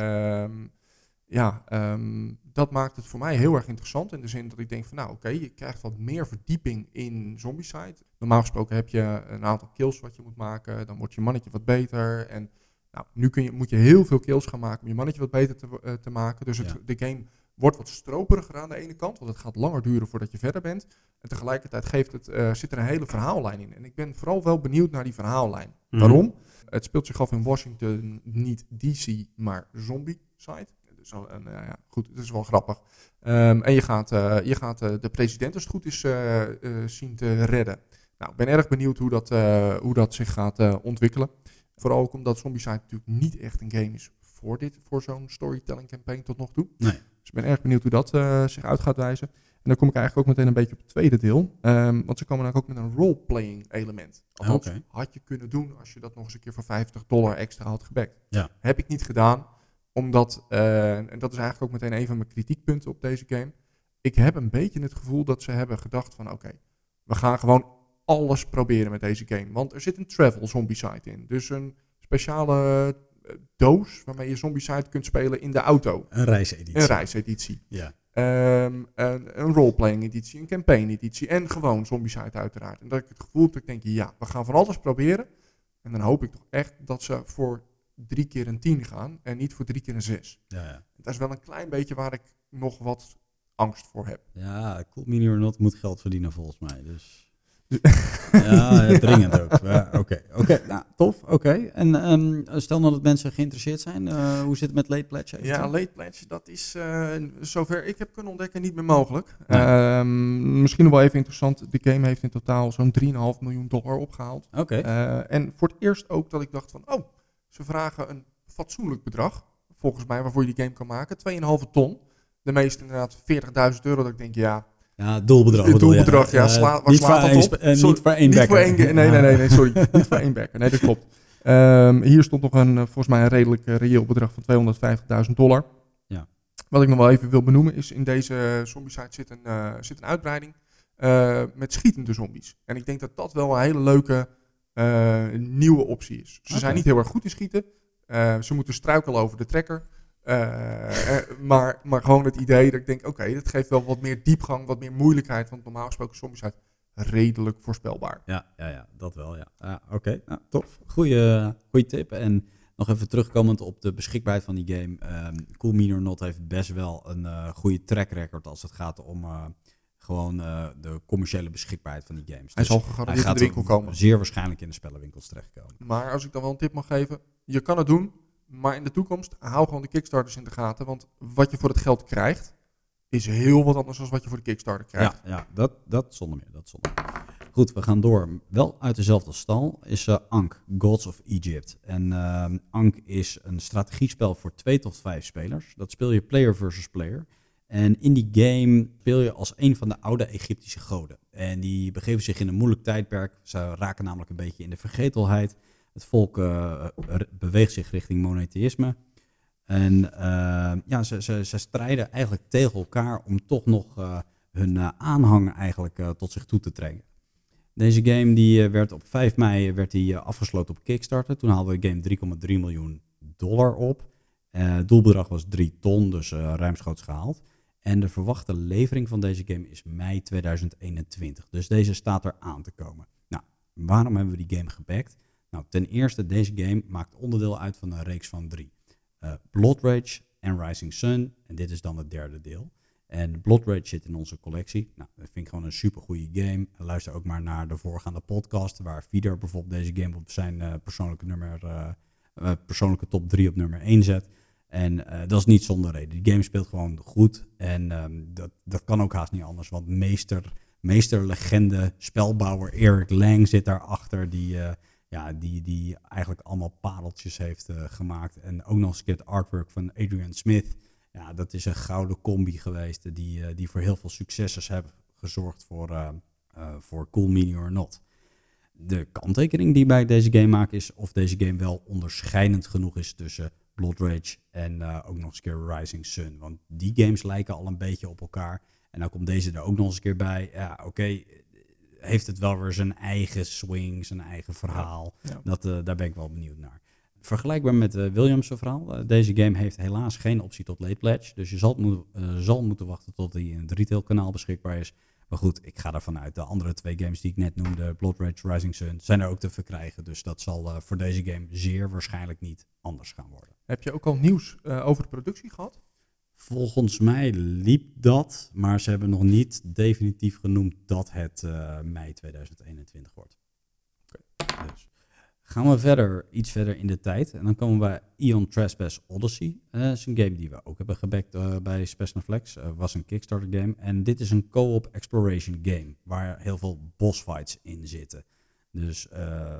Um, ja, um, dat maakt het voor mij heel erg interessant. In de zin dat ik denk van nou oké, okay, je krijgt wat meer verdieping in Zombicide. Normaal gesproken heb je een aantal kills wat je moet maken. Dan wordt je mannetje wat beter. En nou, nu kun je, moet je heel veel kills gaan maken om je mannetje wat beter te, uh, te maken. Dus het, ja. de game wordt wat stroperiger aan de ene kant. Want het gaat langer duren voordat je verder bent. En tegelijkertijd geeft het, uh, zit er een hele verhaallijn in. En ik ben vooral wel benieuwd naar die verhaallijn. Mm-hmm. Waarom? Het speelt zich af in Washington, niet D C, maar Zombicide. Dus uh, uh, ja, goed, het is wel grappig. Um, en je gaat, uh, je gaat uh, de president, als het goed is, uh, uh, zien te redden. Nou, ik ben erg benieuwd hoe dat, uh, hoe dat zich gaat uh, ontwikkelen. Vooral ook omdat Zombicide natuurlijk niet echt een game is voor, dit, voor zo'n storytelling campaign tot nog toe. Nee. Dus ik ben erg benieuwd hoe dat uh, zich uit gaat wijzen. En dan kom ik eigenlijk ook meteen een beetje op het tweede deel. Um, want ze komen eigenlijk ook met een role-playing element. Althans, okay. had je kunnen doen als je dat nog eens een keer voor vijftig dollar extra had gebackt. Ja. Heb ik niet gedaan. Omdat, uh, en dat is eigenlijk ook meteen een van mijn kritiekpunten op deze game. Ik heb een beetje het gevoel dat ze hebben gedacht van oké, okay, we gaan gewoon alles proberen met deze game. Want er zit een travel zombicide in. Dus een speciale uh, doos waarmee je zombicide kunt spelen in de auto. Een reiseditie. Een reiseditie. Ja. Um, een, een roleplaying editie, een campaign editie en gewoon zombicide uiteraard. En dat ik het gevoel heb dat ik denk, ja, we gaan van alles proberen. En dan hoop ik toch echt dat ze voor drie keer een tien gaan en niet voor drie keer een zes. Ja, ja. Dat is wel een klein beetje waar ik nog wat angst voor heb. Ja, Cool Mini or Not moet geld verdienen volgens mij. Dus ja, dringend ook. Ja, Oké, okay. okay. nou, tof. Oké. Okay. En um, stel nou dat mensen geïnteresseerd zijn. Uh, hoe zit het met late pledge? Eventueel? Ja, late pledge, dat is uh, zover ik heb kunnen ontdekken niet meer mogelijk. Nee. Um, misschien nog wel even interessant. De game heeft in totaal zo'n drie komma vijf miljoen dollar opgehaald. Oké. Okay. Uh, en voor het eerst ook dat ik dacht van, oh, ze vragen een fatsoenlijk bedrag. Volgens mij waarvoor je die game kan maken. twee komma vijf ton. De meeste inderdaad veertigduizend euro. Dat ik denk, ja... Ja, doelbedrag. Het doelbedrag, ja. ja. Sla, waar niet slaat dat op? Een, uh, niet voor één backer. Nee, nee, nee, nee, sorry. Niet voor één backer. Nee, dat klopt. Um, hier stond nog een, volgens mij een redelijk uh, reëel bedrag van tweehonderdvijftigduizend dollar. Ja. Wat ik nog wel even wil benoemen is, in deze Zombicide zit een, uh, zit een uitbreiding uh, met schietende zombies. En ik denk dat dat wel een hele leuke uh, nieuwe optie is. Ze okay. zijn niet heel erg goed in schieten. Uh, ze moeten struikelen over de trekker. Uh, uh, maar, maar gewoon het idee dat ik denk, oké, okay, dat geeft wel wat meer diepgang, wat meer moeilijkheid. Want normaal gesproken zombies zijn redelijk voorspelbaar. Ja, ja, ja dat wel, ja. ja Oké, okay. nou, tof. Goeie, goeie tip. En nog even terugkomend op de beschikbaarheid van die game. Um, Cool Mini or Not heeft best wel een uh, goede track record als het gaat om uh, gewoon uh, de commerciële beschikbaarheid van die games. Hij dus zal gegarandeerd hij in de winkel komen. zeer waarschijnlijk in de spellenwinkels terechtkomen. Maar als ik dan wel een tip mag geven, je kan het doen, maar in de toekomst hou gewoon de Kickstarters in de gaten. Want wat je voor het geld krijgt, is heel wat anders dan wat je voor de Kickstarter krijgt. Ja, ja dat, dat zonder meer, dat zonder meer. Goed, we gaan door. Wel uit dezelfde stal is uh, Ankh, Gods of Egypt. En uh, Ankh is een strategiespel voor twee tot vijf spelers. Dat speel je player versus player. En in die game speel je als een van de oude Egyptische goden. En die begeven zich in een moeilijk tijdperk. Ze raken namelijk een beetje in de vergetelheid. Het volk uh, beweegt zich richting monotheïsme. En uh, ja, ze, ze, ze strijden eigenlijk tegen elkaar om toch nog uh, hun uh, aanhang eigenlijk uh, tot zich toe te trekken. Deze game die uh, werd op vijf mei werd die, uh, afgesloten op Kickstarter. Toen haalde de game drie komma drie miljoen dollar op. Uh, het doelbedrag was drie ton, dus uh, ruimschoots gehaald. En de verwachte levering van deze game is mei tweeduizend eenentwintig. Dus deze staat er aan te komen. Nou, waarom hebben we die game gebackt? Nou, ten eerste, deze game maakt onderdeel uit van een reeks van drie. Uh, Blood Rage en Rising Sun. En dit is dan het derde deel. En Blood Rage zit in onze collectie. Nou, dat vind ik gewoon een super goede game. Luister ook maar naar de voorgaande podcast, waar Fieder bijvoorbeeld deze game op zijn uh, persoonlijke nummer, uh, uh, persoonlijke top drie op nummer één zet. En uh, dat is niet zonder reden. Die game speelt gewoon goed. En um, dat, dat kan ook haast niet anders. Want meester, meester legende, spelbouwer Eric Lang zit daarachter. Die, uh, ja, die, die eigenlijk allemaal pareltjes heeft uh, gemaakt. En ook nog eens een keer het artwork van Adrian Smith. Ja, dat is een gouden combi geweest. Die, uh, die voor heel veel successen hebben gezorgd voor, uh, uh, voor Cool Mini or Not. De kanttekening die bij deze game maak is of deze game wel onderscheidend genoeg is tussen Blood Rage en uh, ook nog eens een keer Rising Sun. Want die games lijken al een beetje op elkaar. En dan komt deze er ook nog eens een keer bij. Ja, oké, okay, heeft het wel weer zijn eigen swing, zijn eigen verhaal. Ja, ja. Dat, uh, daar ben ik wel benieuwd naar. Vergelijkbaar met uh, Williams' verhaal. Uh, deze game heeft helaas geen optie tot late pledge. Dus je zal, moet, uh, zal moeten wachten tot die in het retailkanaal beschikbaar is. Maar goed, ik ga ervan uit. De andere twee games die ik net noemde, Blood Rage, Rising Sun, zijn er ook te verkrijgen. Dus dat zal uh, voor deze game zeer waarschijnlijk niet anders gaan worden. Heb je ook al nieuws uh, over de productie gehad? Volgens mij liep dat, maar ze hebben nog niet definitief genoemd dat het uh, mei tweeduizend eenentwintig wordt. Okay. Dus gaan we verder, iets verder in de tijd. En dan komen we bij Eon Trespass Odyssey. Uh, dat is een game die we ook hebben gebackt uh, bij Spesnaflex. Uh, was een Kickstarter game. En dit is een co-op exploration game, waar heel veel boss fights in zitten. Dus uh,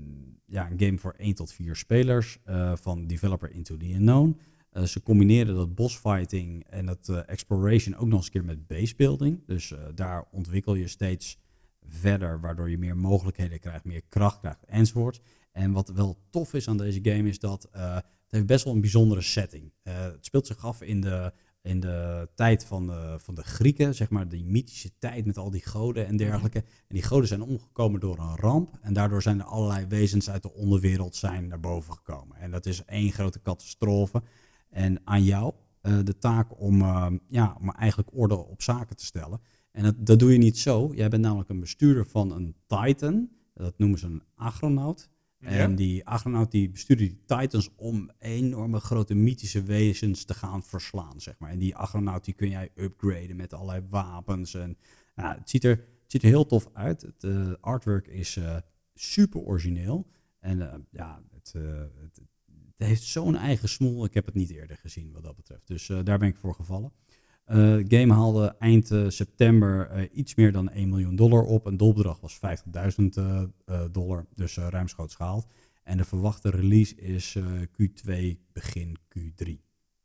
ja, een game voor één tot vier spelers uh, van developer Into the Unknown. Uh, ze combineren dat bossfighting en dat uh, exploration ook nog eens een keer met basebuilding. Dus uh, daar ontwikkel je steeds verder, waardoor je meer mogelijkheden krijgt, meer kracht krijgt enzovoort. En wat wel tof is aan deze game is dat uh, het heeft best wel een bijzondere setting. Uh, het speelt zich af in de, in de tijd van de, van de Grieken, zeg maar die mythische tijd met al die goden en dergelijke. En die goden zijn omgekomen door een ramp en daardoor zijn er allerlei wezens uit de onderwereld zijn naar boven gekomen. En dat is één grote catastrofe. En aan jou uh, de taak om, uh, ja, om eigenlijk orde op zaken te stellen. En dat, dat doe je niet zo. Jij bent namelijk een bestuurder van een Titan. Dat noemen ze een agronaut. Ja. En die agronaut die bestuurde die Titans om enorme grote mythische wezens te gaan verslaan, zeg maar. En die agronaut die kun jij upgraden met allerlei wapens. En, nou, het, ziet er, het ziet er heel tof uit. Het uh, artwork is uh, super origineel. En uh, ja, het... Uh, het Het heeft zo'n eigen smoel. Ik heb het niet eerder gezien wat dat betreft. Dus uh, daar ben ik voor gevallen. De uh, game haalde eind uh, september uh, iets meer dan één miljoen dollar op. Een doelbedrag was vijftigduizend uh, uh, dollar. Dus uh, ruimschoots gehaald. En de verwachte release is uh, Q twee, begin Q drie.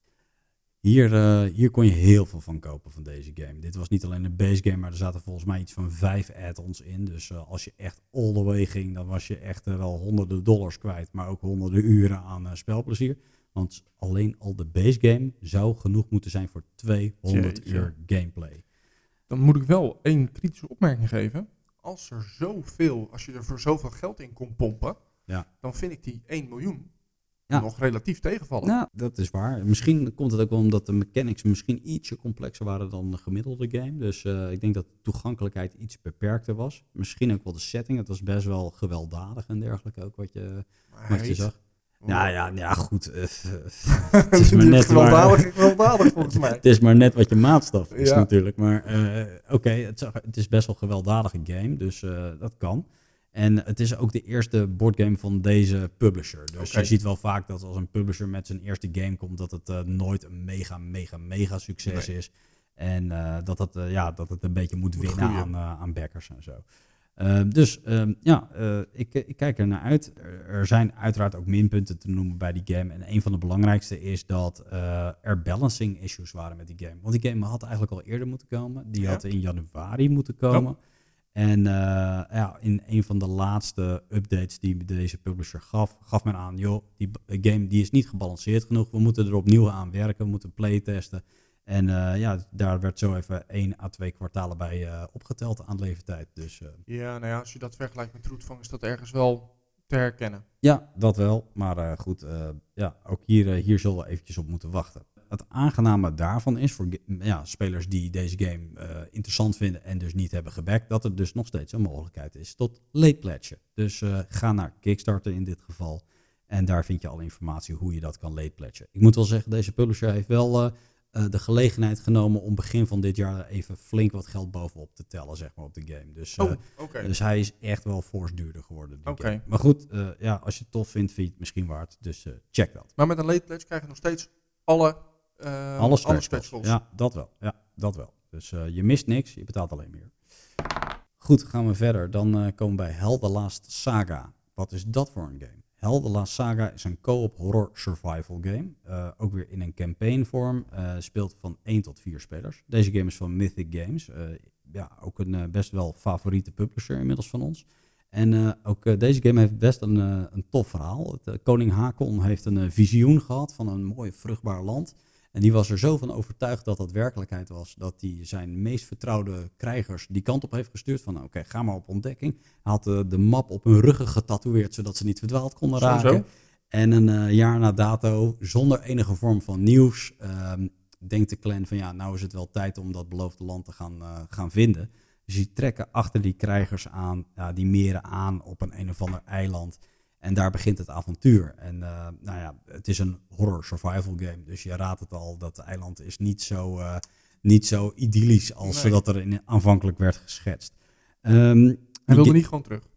Hier, uh, hier kon je heel veel van kopen van deze game. Dit was niet alleen een base game, maar er zaten volgens mij iets van vijf add-ons in. Dus uh, als je echt all the way ging, dan was je echt uh, wel honderden dollars kwijt. Maar ook honderden uren aan uh, spelplezier. Want alleen al de base game zou genoeg moeten zijn voor tweehonderd Jeetje. Uur gameplay. Dan moet ik wel één kritische opmerking geven. Als er zoveel, als je er voor zoveel geld in kon pompen, ja. dan vind ik die één miljoen ja. nog relatief tegenvallen. Ja, dat is waar. Misschien komt het ook wel omdat de mechanics misschien ietsje complexer waren dan de gemiddelde game. Dus uh, ik denk dat de toegankelijkheid iets beperkter was. Misschien ook wel de setting. Het was best wel gewelddadig en dergelijke ook wat je, wat je zag. Ja, ja, ja, goed. Uh, het is maar net gewelddadig, gewelddadig volgens mij. Het is maar net wat je maatstaf is ja. natuurlijk. Maar uh, oké, okay, het, het is best wel een gewelddadige game, dus uh, dat kan. En het is ook de eerste boardgame van deze publisher. Dus okay. je ziet wel vaak dat als een publisher met zijn eerste game komt, dat het uh, nooit een mega, mega, mega succes nee. is. En uh, dat, het, uh, ja, dat het een beetje moet, moet winnen aan, uh, aan backers en zo. Uh, dus um, ja, uh, ik, ik kijk er naar uit. Er, er zijn uiteraard ook minpunten te noemen bij die game. En een van de belangrijkste is dat uh, er balancing issues waren met die game. Want die game had eigenlijk al eerder moeten komen. Die ja. had in januari moeten komen. Oh. En uh, ja, in een van de laatste updates die deze publisher gaf, gaf men aan, joh, die game die is niet gebalanceerd genoeg. We moeten er opnieuw aan werken, we moeten playtesten. En uh, ja, daar werd zo even één à twee kwartalen bij uh, opgeteld aan leeftijd. Dus, uh, ja, nou ja, als je dat vergelijkt met Roetvang is dat ergens wel te herkennen. Ja, dat wel. Maar uh, goed, uh, ja, ook hier, uh, hier zullen we eventjes op moeten wachten. Het aangename daarvan is voor ja, spelers die deze game uh, interessant vinden en dus niet hebben gebackt, dat er dus nog steeds een mogelijkheid is tot late pledgen. Dus uh, ga naar Kickstarter in dit geval. En daar vind je alle informatie hoe je dat kan late pledgen. Ik moet wel zeggen, deze publisher heeft wel uh, uh, de gelegenheid genomen om begin van dit jaar even flink wat geld bovenop te tellen, zeg maar, op de game. Dus, uh, oh, okay. dus hij is echt wel fors duurder geworden. Oké. Okay. Maar goed, uh, ja, als je het tof vindt, vind je het misschien waard. Dus uh, check dat. Maar met een late pledge krijg je nog steeds alle... Uh, alle stretch. Ja, dat wel. Ja, dat wel. Dus uh, je mist niks, je betaalt alleen meer. Goed, gaan we verder. Dan uh, komen we bij Hell the Last Saga. Wat is dat voor een game? Hell the Last Saga is een co-op horror survival game. Uh, ook weer in een campaign vorm. Uh, speelt van één tot vier spelers. Deze game is van Mythic Games. Uh, ja, ook een uh, best wel favoriete publisher inmiddels van ons. En uh, ook uh, deze game heeft best een, uh, een tof verhaal. Het, uh, koning Hakon heeft een uh, visioen gehad van een mooi vruchtbaar land. En die was er zo van overtuigd dat dat werkelijkheid was, dat hij zijn meest vertrouwde krijgers die kant op heeft gestuurd van oké, okay, ga maar op ontdekking. Hij had uh, de map op hun ruggen getatoeëerd, zodat ze niet verdwaald konden zo, raken. Zo. En een uh, jaar na dato, zonder enige vorm van nieuws, uh, denkt de clan van ja, nou is het wel tijd om dat beloofde land te gaan, uh, gaan vinden. Dus die trekken achter die krijgers aan, ja, die meren aan op een een of ander eiland. En daar begint het avontuur. En uh, nou ja, het is een horror survival game. Dus je raadt het al, dat eiland is niet zo, uh, niet zo idyllisch als nee. dat er in, aanvankelijk werd geschetst. Um, Hij wilde ge- niet gewoon terug.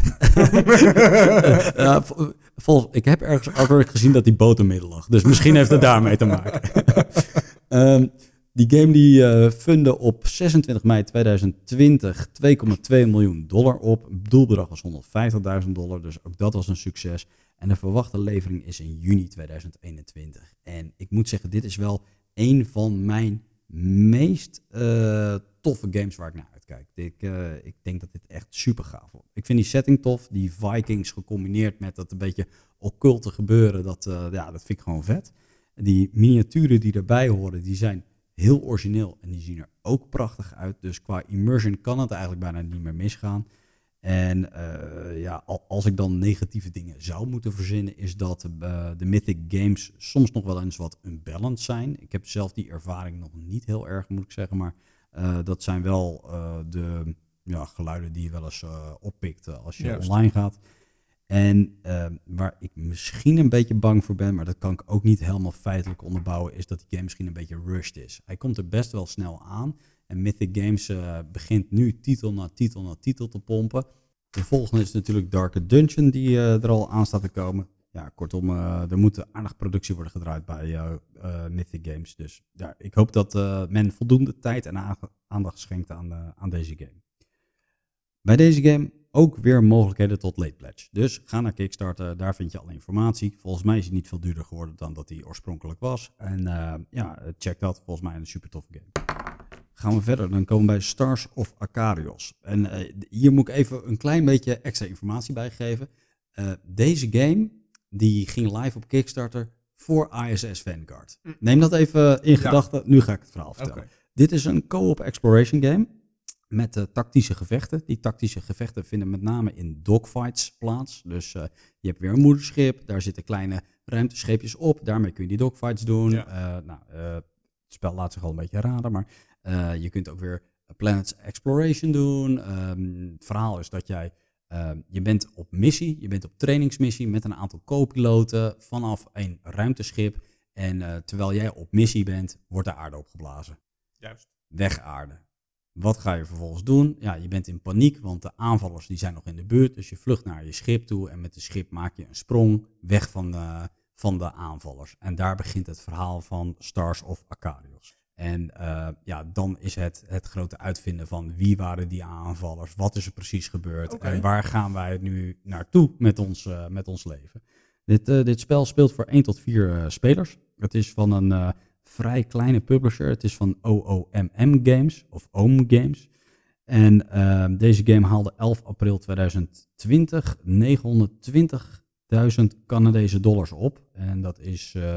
uh, volgens, ik heb ergens artwork gezien dat die boot in midden lag. Dus misschien heeft het daarmee te maken. um, Die game die uh, fundde op zesentwintig mei tweeduizend twintig twee komma twee miljoen dollar op. Het doelbedrag was honderdvijftigduizend dollar, dus ook dat was een succes. En de verwachte levering is in juni tweeduizend eenentwintig. En ik moet zeggen, dit is wel een van mijn meest uh, toffe games waar ik naar uitkijk. Ik, uh, ik denk dat dit echt super gaaf wordt. Ik vind die setting tof, die Vikings gecombineerd met dat een beetje occulte gebeuren, dat, uh, ja, dat vind ik gewoon vet. Die miniaturen die erbij horen, die zijn heel origineel en die zien er ook prachtig uit. Dus qua immersion kan het eigenlijk bijna niet meer misgaan. En uh, ja, als ik dan negatieve dingen zou moeten verzinnen, is dat uh, de Mythic Games soms nog wel eens wat unbalanced zijn. Ik heb zelf die ervaring nog niet heel erg, moet ik zeggen. Maar uh, dat zijn wel uh, de ja, geluiden die je wel eens uh, oppikt uh, als je Juist. online gaat. En uh, waar ik misschien een beetje bang voor ben, maar dat kan ik ook niet helemaal feitelijk onderbouwen, is dat die game misschien een beetje rushed is. Hij komt er best wel snel aan en Mythic Games uh, begint nu titel na titel na titel te pompen. De volgende is natuurlijk Darker Dungeon die uh, er al aan staat te komen. Ja, kortom, uh, er moet aardig productie worden gedraaid bij uh, uh, Mythic Games. Dus ja, ik hoop dat uh, men voldoende tijd en aandacht schenkt aan, uh, aan deze game. Bij deze game ook weer mogelijkheden tot late pledge. Dus ga naar Kickstarter, daar vind je alle informatie. Volgens mij is hij niet veel duurder geworden dan dat hij oorspronkelijk was. En uh, ja, check dat. Volgens mij een super toffe game. Gaan we verder, dan komen we bij Stars of Akarios. En uh, hier moet ik even een klein beetje extra informatie bij geven. Uh, deze game die ging live op Kickstarter voor I S S Vanguard. Neem dat even in gedachten. Ja. Nu ga ik het verhaal vertellen. Okay. Dit is een co-op exploration game met uh, tactische gevechten. Die tactische gevechten vinden met name in dogfights plaats. Dus uh, je hebt weer een moederschip, daar zitten kleine ruimtescheepjes op. Daarmee kun je die dogfights doen. Ja. Uh, nou, uh, het spel laat zich al een beetje raden, maar uh, je kunt ook weer Planets Exploration doen. Um, het verhaal is dat jij Uh, je bent op missie, je bent op trainingsmissie met een aantal co-piloten vanaf een ruimteschip. En uh, terwijl jij op missie bent, wordt de aarde opgeblazen. Juist. Wegaarden. Wat ga je vervolgens doen? Ja, je bent in paniek, want de aanvallers die zijn nog in de buurt. Dus je vlucht naar je schip toe en met de schip maak je een sprong weg van de, van de aanvallers. En daar begint het verhaal van Stars of Acarios. En uh, ja, dan is het het grote uitvinden van wie waren die aanvallers, wat is er precies gebeurd okay. en waar gaan wij nu naartoe met ons, uh, met ons leven. Dit, uh, dit spel speelt voor één tot vier uh, spelers. Het is van een uh, vrij kleine publisher. Het is van O O M M Games of O M Games. En uh, deze game haalde elf april tweeduizend twintig negenhonderdtwintigduizend Canadese dollars op. En dat is uh,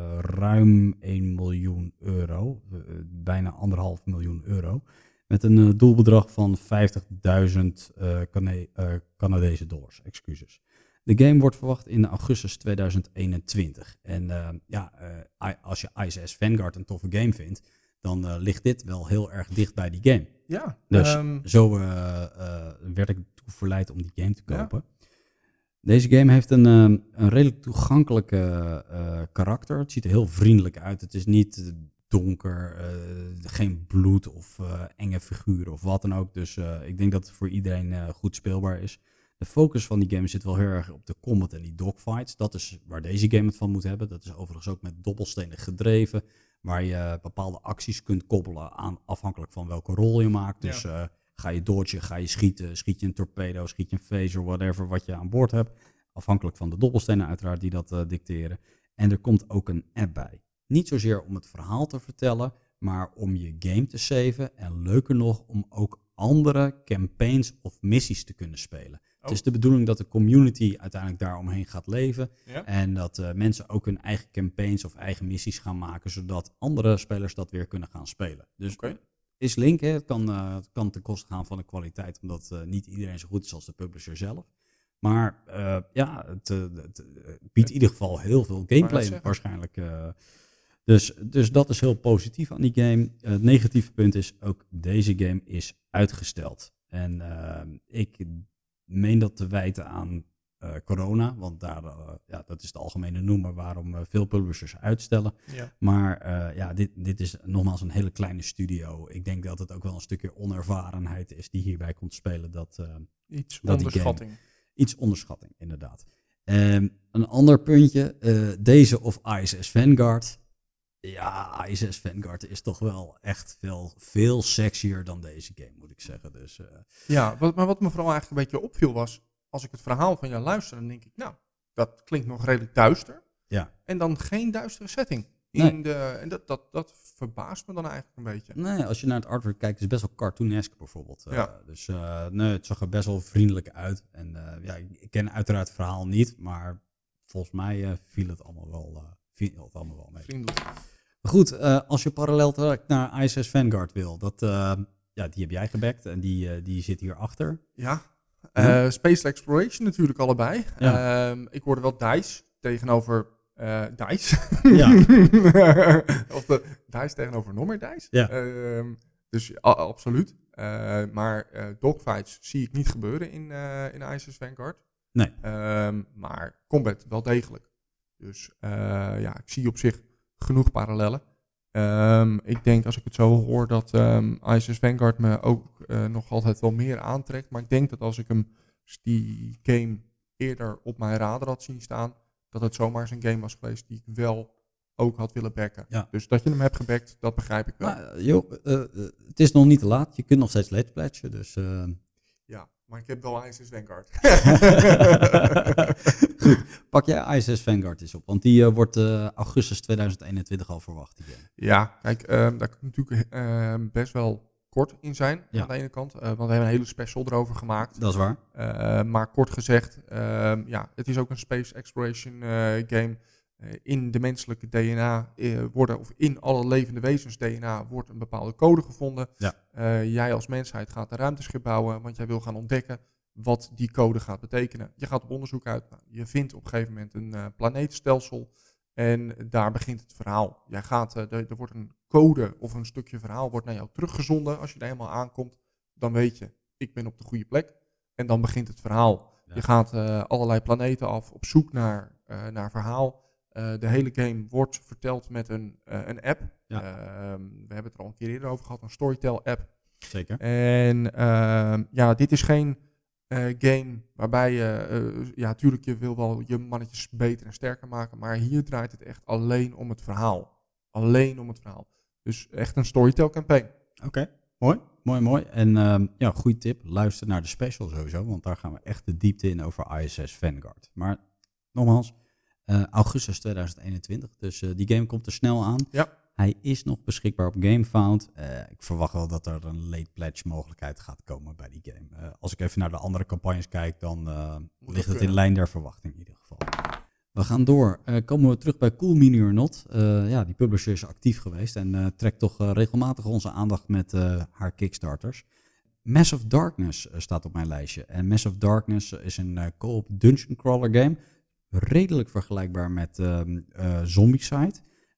ruim één miljoen euro. Uh, bijna anderhalf miljoen euro. Met een uh, doelbedrag van vijftigduizend uh, Cana- uh, Canadese dollars. Excuses. De game wordt verwacht in augustus tweeduizend eenentwintig. En uh, ja, uh, als je I S S Vanguard een toffe game vindt, dan uh, ligt dit wel heel erg dicht bij die game. Ja. Dus um... zo uh, uh, werd ik toe verleid om die game te kopen. Ja. Deze game heeft een, uh, een redelijk toegankelijke uh, karakter. Het ziet er heel vriendelijk uit. Het is niet donker, uh, geen bloed of uh, enge figuren of wat dan ook. Dus uh, ik denk dat het voor iedereen uh, goed speelbaar is. De focus van die game zit wel heel erg op de combat en die dogfights. Dat is waar deze game het van moet hebben. Dat is overigens ook met dobbelstenen gedreven. Waar je bepaalde acties kunt koppelen aan afhankelijk van welke rol je maakt. Dus ja. uh, ga je dodgen, ga je schieten, schiet je een torpedo, schiet je een phaser, whatever wat je aan boord hebt. Afhankelijk van de dobbelstenen uiteraard die dat uh, dicteren. En er komt ook een app bij. Niet zozeer om het verhaal te vertellen, maar om je game te saven. En leuker nog, om ook andere campaigns of missies te kunnen spelen. Oh. Het is de bedoeling dat de community uiteindelijk daaromheen gaat leven. Ja? En dat uh, mensen ook hun eigen campaigns of eigen missies gaan maken, zodat andere spelers dat weer kunnen gaan spelen. Dus okay. is link, hè? Het kan, uh, het kan ten koste gaan van de kwaliteit, omdat uh, niet iedereen zo goed is als de publisher zelf. Maar uh, ja, het, het, het biedt in ieder geval heel veel gameplay waarschijnlijk. Uh, dus, dus dat is heel positief aan die game. Uh, het negatieve punt is, ook deze game is uitgesteld. En uh, ik meen dat te wijten aan uh, corona, want daar, uh, ja, dat is de algemene noemer waarom uh, veel publishers uitstellen. Ja. Maar uh, ja, dit, dit is nogmaals een hele kleine studio. Ik denk dat het ook wel een stukje onervarenheid is die hierbij komt spelen. Dat, uh, Iets dat onderschatting. Game, iets onderschatting, inderdaad. Um, een ander puntje, uh, deze of I S S Vanguard. Ja, I S S Vanguard is toch wel echt veel, veel sexier dan deze game, moet ik zeggen. Dus, uh... Ja, wat, maar wat me vooral eigenlijk een beetje opviel was, als ik het verhaal van jou luister, dan denk ik, nou, dat klinkt nog redelijk duister. Ja. En dan geen duistere setting. In nee. de, en dat, dat, dat verbaast me dan eigenlijk een beetje. Nee, als je naar het artwork kijkt, is het best wel cartoonesk bijvoorbeeld. Uh, ja. Dus uh, nee, het zag er best wel vriendelijk uit. En uh, ja, ik ken uiteraard het verhaal niet, maar volgens mij uh, viel het allemaal wel, uh, viel het allemaal wel mee. Vriendelijk. Goed, uh, als je parallel naar I S S Vanguard wil, dat, uh, ja, die heb jij gebackt en die, uh, die zit hierachter. Ja, uh, hm? Space Exploration natuurlijk allebei. Ja. Uh, ik hoorde wel DICE tegenover uh, DICE. Ja. of de DICE tegenover nog meer DICE. Ja. Uh, dus uh, absoluut. Uh, maar uh, dogfights zie ik niet gebeuren in, uh, in I S S Vanguard. Nee. Uh, maar combat wel degelijk. Dus uh, ja, ik zie op zich genoeg parallellen. Um, ik denk als ik het zo hoor dat um, I S S Vanguard me ook uh, nog altijd wel meer aantrekt. Maar ik denk dat als ik hem die game eerder op mijn radar had zien staan, dat het zomaar eens een game was geweest die ik wel ook had willen backen. Ja. Dus dat je hem hebt gebackt, dat begrijp ik wel. Maar, joh, uh, uh, het is nog niet te laat. Je kunt nog steeds let's pledgen, dus... Uh... Ja, maar ik heb wel I S S Vanguard. Goed, pak jij I S S Vanguard eens op, want die uh, wordt uh, augustus tweeduizend eenentwintig al verwacht. Die game. Ja, kijk, um, daar kan natuurlijk uh, best wel kort in zijn ja. aan de ene kant. Uh, want we hebben een hele special erover gemaakt. Dat is waar. Uh, maar kort gezegd, uh, ja, het is ook een space exploration uh, game. Uh, in de menselijke D N A uh, worden, of in alle levende wezens D N A wordt een bepaalde code gevonden. Ja. Uh, jij als mensheid gaat een ruimteschip bouwen, want jij wil gaan ontdekken wat die code gaat betekenen. Je gaat op onderzoek uit. Nou, je vindt op een gegeven moment een uh, planeetstelsel en daar begint het verhaal. Jij gaat, uh, er, er wordt een code of een stukje verhaal wordt naar jou teruggezonden. Als je er helemaal aankomt, dan weet je, ik ben op de goede plek. En dan begint het verhaal. Ja. Je gaat uh, allerlei planeten af op zoek naar, uh, naar verhaal. Uh, de hele game wordt verteld met een, uh, een app. Ja. Uh, we hebben het er al een keer eerder over gehad, een Storytel app. Zeker. En uh, ja, dit is geen uh, game waarbij je, uh, ja, natuurlijk je wil wel je mannetjes beter en sterker maken, maar hier draait het echt alleen om het verhaal. Alleen om het verhaal. Dus echt een Storytel campaign. Oké, okay. mooi, mooi, mooi. En um, ja, goede tip, luister naar de special sowieso, want daar gaan we echt de diepte in over I S S Vanguard. Maar nogmaals, uh, augustus tweeduizend eenentwintig, dus uh, die game komt er snel aan. Ja. Hij is nog beschikbaar op GameFound. Uh, ik verwacht wel dat er een late pledge mogelijkheid gaat komen bij die game. Uh, als ik even naar de andere campagnes kijk, dan uh, ligt het in lijn der verwachting in ieder geval. We gaan door. Uh, komen we terug bij Cool Mini or Not. Uh, ja, die publisher is actief geweest en uh, trekt toch uh, regelmatig onze aandacht met uh, haar Kickstarters. Mass of Darkness uh, staat op mijn lijstje. En Mass of Darkness is een uh, co-op dungeon crawler game. Redelijk vergelijkbaar met uh, uh, Zombicide.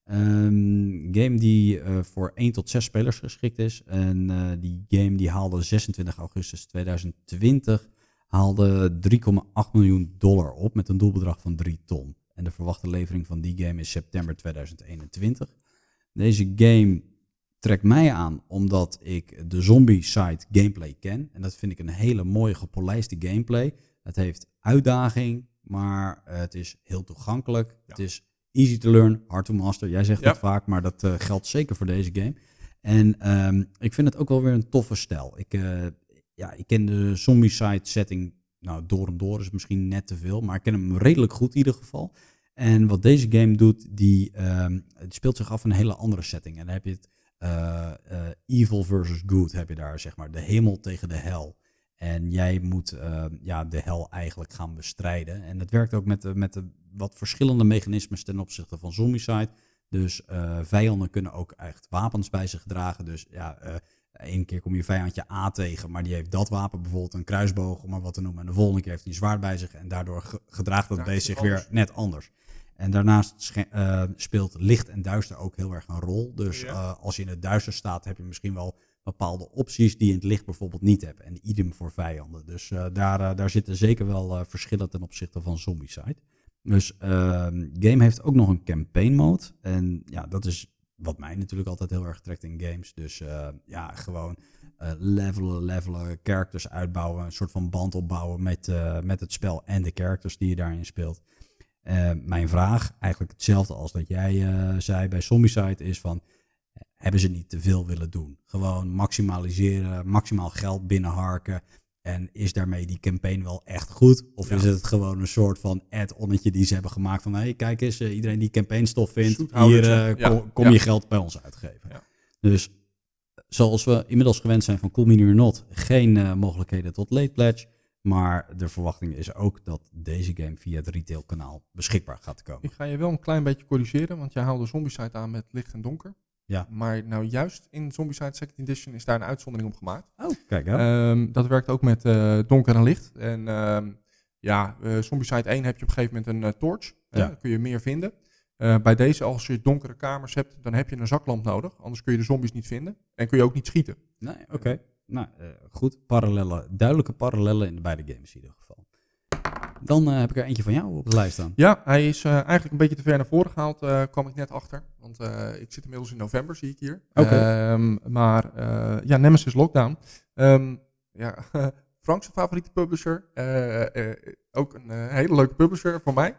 Um, game die uh, voor één tot zes spelers geschikt is. En uh, die game die haalde zesentwintig augustus tweeduizend twintig haalde drie komma acht miljoen dollar op met een doelbedrag van drie ton. En de verwachte levering van die game is september tweeduizend eenentwintig. Deze game trekt mij aan omdat ik de Zombicide gameplay ken. En dat vind ik een hele mooie gepolijste gameplay. Het heeft uitdaging, maar uh, het is heel toegankelijk. Ja. Het is easy to learn, hard to master. Jij zegt ja. dat vaak, maar dat uh, geldt zeker voor deze game. En um, ik vind het ook wel weer een toffe stijl. Ik, uh, ja, ik ken de Zombicide setting, nou door en door is misschien net te veel, maar ik ken hem redelijk goed in ieder geval. En wat deze game doet, die um, het speelt zich af in een hele andere setting. En dan heb je het uh, uh, evil versus good, heb je daar zeg maar, de hemel tegen de hel. En jij moet uh, ja, de hel eigenlijk gaan bestrijden. En dat werkt ook met, de, met de wat verschillende mechanismes ten opzichte van Zombicide. Dus uh, vijanden kunnen ook echt wapens bij zich dragen. Dus ja, uh, één keer kom je vijandje A tegen, maar die heeft dat wapen, bijvoorbeeld een kruisboog, om maar wat te noemen. En de volgende keer heeft hij een zwaard bij zich en daardoor ge- gedraagt dat beest zich weer net anders. En daarnaast sch- uh, speelt licht en duister ook heel erg een rol. Dus uh, als je in het duister staat, heb je misschien wel bepaalde opties die je in het licht bijvoorbeeld niet hebt. En idem voor vijanden. Dus uh, daar, uh, daar zitten zeker wel uh, verschillen ten opzichte van Zombicide. Dus uh, game heeft ook nog een campaign mode. En ja, dat is wat mij natuurlijk altijd heel erg trekt in games. Dus uh, ja, gewoon uh, levelen, levelen, characters uitbouwen. Een soort van band opbouwen met, uh, met het spel en de characters die je daarin speelt. Uh, mijn vraag, eigenlijk hetzelfde als dat jij uh, zei bij Zombicide, is van, hebben ze niet te veel willen doen? Gewoon maximaliseren, maximaal geld binnenharken. En is daarmee die campaign wel echt goed? Of ja. is het gewoon een soort van add-onnetje die ze hebben gemaakt van, hé, hey, kijk eens, uh, iedereen die campaign stof vindt, hier uh, ja. kom, kom ja. je geld bij ons uitgeven. Ja. Dus zoals we inmiddels gewend zijn van Cool Mini or Not, geen uh, mogelijkheden tot late pledge. Maar de verwachting is ook dat deze game via het retailkanaal beschikbaar gaat komen. Ik ga je wel een klein beetje corrigeren, want jij haalde Zombicide aan met licht en donker. Ja. Maar nou juist in Zombicide second Edition is daar een uitzondering op gemaakt. Oh, kijk hè. Um, dat werkt ook met uh, donker en licht. En um, ja, uh, Zombicide één heb je op een gegeven moment een uh, torch. Ja. Uh, dan kun je meer vinden. Uh, bij deze, als je donkere kamers hebt, dan heb je een zaklamp nodig. Anders kun je de zombies niet vinden. En kun je ook niet schieten. Nee, oké. Okay. Nou, uh, goed. Parallellen, duidelijke parallellen in de beide games in ieder geval. Dan uh, heb ik er eentje van jou op de lijst staan. Ja, hij is uh, eigenlijk een beetje te ver naar voren gehaald, uh, kwam ik net achter. Want uh, ik zit inmiddels in november, zie ik hier. Okay. Um, maar uh, ja, Nemesis Lockdown. Um, ja, Frank's favoriete publisher. Uh, uh, ook een uh, hele leuke publisher voor mij.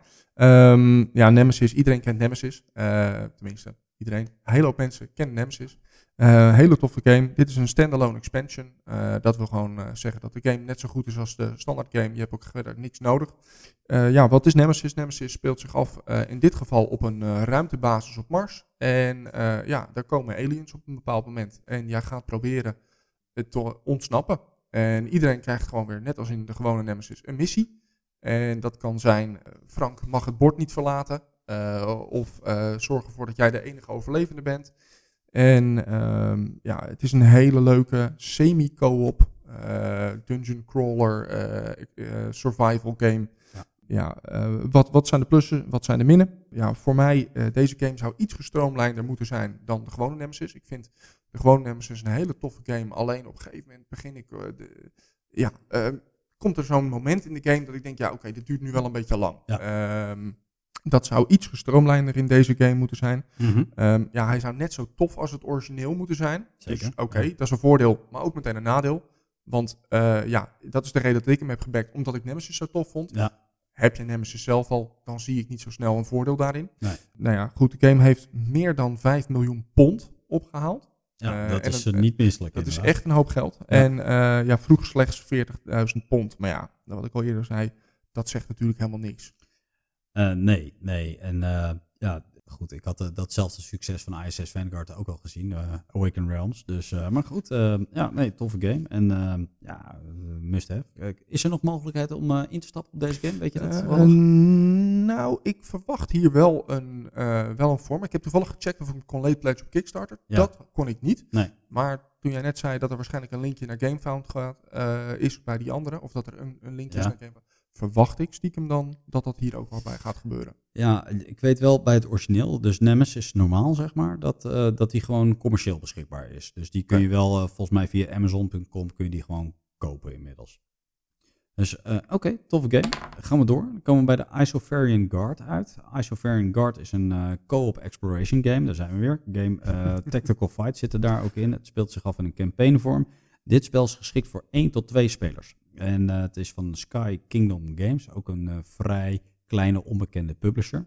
Um, ja, Nemesis. Iedereen kent Nemesis. Uh, tenminste, iedereen. Een hele hoop mensen kennen Nemesis. Uh, hele toffe game. Dit is een standalone expansion. Uh, dat wil gewoon uh, zeggen dat de game net zo goed is als de standaard game. Je hebt ook verder niks nodig. Uh, ja, wat is Nemesis? Nemesis speelt zich af uh, in dit geval op een uh, ruimtebasis op Mars. En uh, ja, daar komen aliens op een bepaald moment. En jij gaat proberen het te ontsnappen. En iedereen krijgt gewoon weer, net als in de gewone Nemesis, een missie. En dat kan zijn, uh, Frank mag het bord niet verlaten. Uh, of uh, zorg ervoor dat jij de enige overlevende bent. En um, ja, het is een hele leuke semi-co-op uh, dungeon crawler uh, uh, survival game. Ja, ja uh, wat, wat zijn de plussen, wat zijn de minnen? Ja, voor mij, uh, deze game zou iets gestroomlijnder moeten zijn dan de gewone Nemesis. Ik vind de gewone Nemesis een hele toffe game. Alleen op een gegeven moment begin ik uh, de, ja, uh, komt er zo'n moment in de game dat ik denk, ja oké, okay, dit duurt nu wel een beetje lang. Ja. Um, dat zou iets gestroomlijnder in deze game moeten zijn. Mm-hmm. Um, ja, hij zou net zo tof als het origineel moeten zijn. Zeker. Dus oké, okay, ja. dat is een voordeel, maar ook meteen een nadeel. Want uh, ja, dat is de reden dat ik hem heb gebackt, omdat ik Nemesis zo tof vond. Ja. Heb je Nemesis zelf al, dan zie ik niet zo snel een voordeel daarin. Nee. Nou ja, goed, de game heeft meer dan vijf miljoen pond opgehaald. Ja, uh, dat is het, niet misselijk. Dat inderdaad. is echt een hoop geld. Ja. En uh, ja, vroeg slechts veertigduizend pond. Maar ja, wat ik al eerder zei, dat zegt natuurlijk helemaal niks. Uh, nee, nee. En uh, ja, goed, ik had uh, datzelfde succes van I S S Vanguard ook al gezien, uh, Awaken Realms. Dus, uh, maar goed, uh, ja, nee, toffe game. En uh, ja, must have. Uh, is er nog mogelijkheid om uh, in te stappen op deze game? Weet je dat? Uh, nou, ik verwacht hier wel een, uh, wel een vorm. Ik heb toevallig gecheckt of ik kon late pledge op Kickstarter. Ja. Dat kon ik niet. Nee. Maar toen jij net zei dat er waarschijnlijk een linkje naar GameFound gaat, uh, is bij die andere, of dat er een, een linkje ja. is naar GameFound, verwacht ik stiekem dan dat dat hier ook wel bij gaat gebeuren. Ja, ik weet wel bij het origineel, dus Nemesis is normaal, zeg maar, dat, uh, dat die gewoon commercieel beschikbaar is. Dus die kun je wel, uh, volgens mij via Amazon punt com kun je die gewoon kopen inmiddels. Dus uh, oké, okay, toffe game. Gaan we door. Dan komen we bij de Isofarian Guard uit. Isofarian Guard is een uh, co-op exploration game. Daar zijn we weer. Game uh, Tactical Fight zit er daar ook in. Het speelt zich af in een campaign vorm. Dit spel is geschikt voor één tot twee spelers. En uh, het is van Sky Kingdom Games. Ook een uh, vrij kleine onbekende publisher.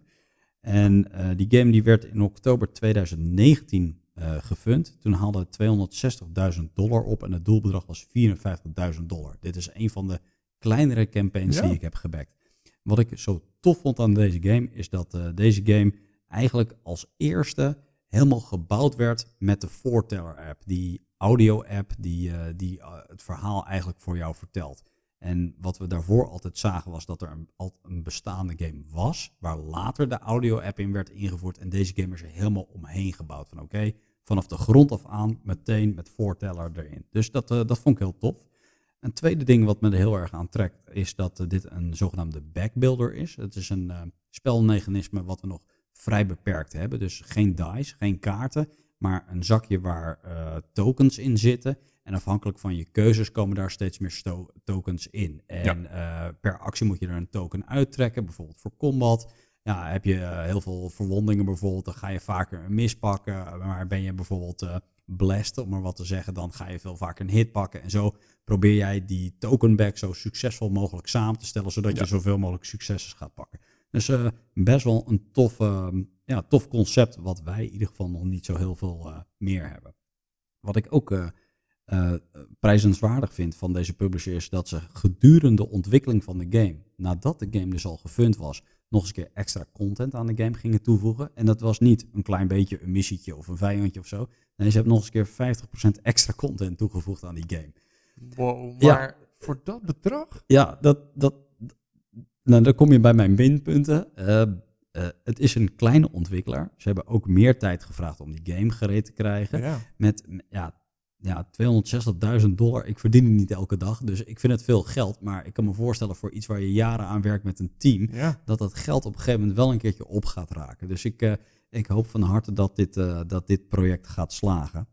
En uh, die game die werd in oktober tweeduizend negentien uh, gefund. Toen haalde het tweehonderdzestigduizend dollar op. En het doelbedrag was vierenvijftigduizend dollar. Dit is een van de kleinere campaigns ja. die ik heb gebackt. Wat ik zo tof vond aan deze game is dat uh, deze game eigenlijk als eerste helemaal gebouwd werd met de Foreteller app. Die audio app die, uh, die uh, het verhaal eigenlijk voor jou vertelt. En wat we daarvoor altijd zagen was dat er een, een bestaande game was, waar later de audio app in werd ingevoerd. En deze game is er helemaal omheen gebouwd. Van oké, okay, vanaf de grond af aan meteen met Foreteller erin. Dus dat, uh, dat vond ik heel tof. Een tweede ding wat me er heel erg aan trekt, is dat uh, dit een zogenaamde backbuilder is. Het is een uh, spelmechanisme wat we nog vrij beperkt hebben. Dus geen dice, geen kaarten, maar een zakje waar uh, tokens in zitten. En afhankelijk van je keuzes komen daar steeds meer sto- tokens in. En ja. uh, per actie moet je er een token uittrekken, bijvoorbeeld voor combat. Ja, heb je uh, heel veel verwondingen bijvoorbeeld, dan ga je vaker een mis pakken. Maar ben je bijvoorbeeld uh, blessed, om maar wat te zeggen, dan ga je veel vaker een hit pakken. En zo probeer jij die token back zo succesvol mogelijk samen te stellen, zodat ja. je zoveel mogelijk successen gaat pakken. Dus uh, best wel een tof, uh, ja, tof concept, wat wij in ieder geval nog niet zo heel veel uh, meer hebben. Wat ik ook uh, uh, prijzenswaardig vind van deze publisher is dat ze gedurende de ontwikkeling van de game, nadat de game dus al gefund was, nog eens een keer extra content aan de game gingen toevoegen. En dat was niet een klein beetje een missietje of een vijandje of zo. Nee, ze hebben nog eens een keer vijftig procent extra content toegevoegd aan die game. Wow, maar ja, voor dat bedrag? Ja, dat, dat, nou, dan kom je bij mijn minpunten. Uh, uh, het is een kleine ontwikkelaar. Ze hebben ook meer tijd gevraagd om die game gereed te krijgen. Ja. Met ja, ja, tweehonderdzestigduizend dollar. Ik verdien het niet elke dag, dus ik vind het veel geld. Maar ik kan me voorstellen voor iets waar je jaren aan werkt met een team, ja. dat dat geld op een gegeven moment wel een keertje op gaat raken. Dus ik, uh, ik hoop van harte dat dit, uh, dat dit project gaat slagen.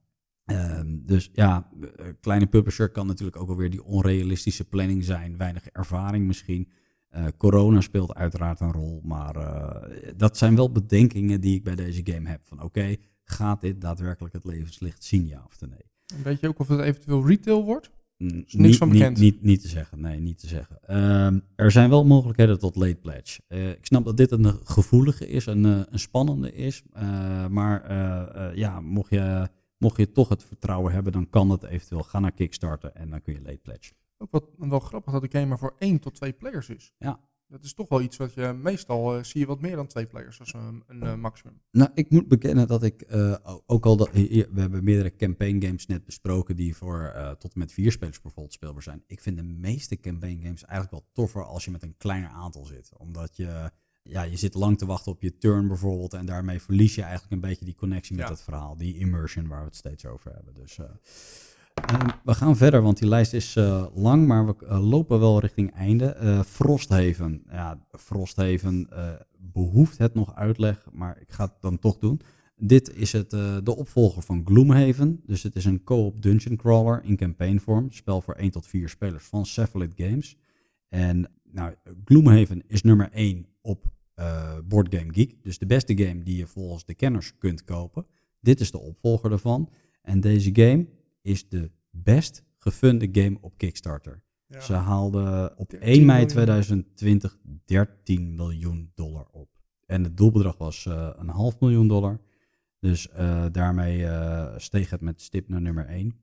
Um, dus ja, een kleine publisher kan natuurlijk ook alweer die onrealistische planning zijn. Weinig ervaring misschien. Uh, corona speelt uiteraard een rol. Maar uh, dat zijn wel bedenkingen die ik bij deze game heb. Van oké, okay, gaat dit daadwerkelijk het levenslicht zien, ja of nee? Weet je ook of het eventueel retail wordt? Is niks niet, van bekend? Niet, niet, niet te zeggen, nee, niet te zeggen. Um, er zijn wel mogelijkheden tot late pledge. Uh, ik snap dat dit een gevoelige is, een, een spannende is. Uh, maar uh, uh, ja, mocht je... Mocht je toch het vertrouwen hebben, dan kan dat eventueel. Ga naar Kickstarter en dan kun je late pledge. Ook wat wel grappig dat de game maar voor één tot twee players is. Ja. Dat is toch wel iets wat je meestal uh, zie je wat meer dan twee players als een, een uh, maximum. Nou, ik moet bekennen dat ik uh, ook al... Dat, we hebben meerdere campaign games net besproken die voor uh, tot en met vier spelers bijvoorbeeld speelbaar zijn. Ik vind de meeste campaign games eigenlijk wel toffer als je met een kleiner aantal zit. Omdat je... Ja, je zit lang te wachten op je turn bijvoorbeeld en daarmee verlies je eigenlijk een beetje die connectie met ja. het verhaal. Die immersion waar we het steeds over hebben. Dus uh, uh, we gaan verder, want die lijst is uh, lang, maar we uh, lopen wel richting einde. Uh, Frosthaven. Ja, Frosthaven uh, behoeft het nog uitleg, maar ik ga het dan toch doen. Dit is het, uh, de opvolger van Gloomhaven. Dus het is een co-op dungeon crawler in campaign vorm. Spel voor één tot vier spelers van Cephalid Games. En nou, Gloomhaven is nummer één op uh, Board Game Geek. Dus de beste game die je volgens de kenners kunt kopen. Dit is de opvolger daarvan. En deze game is de best gefunde game op Kickstarter. Ja. Ze haalden op één mei tweeduizend twintig dertien miljoen dollar op. En het doelbedrag was uh, een half miljoen dollar. Dus uh, daarmee uh, steeg het met stip naar nummer één.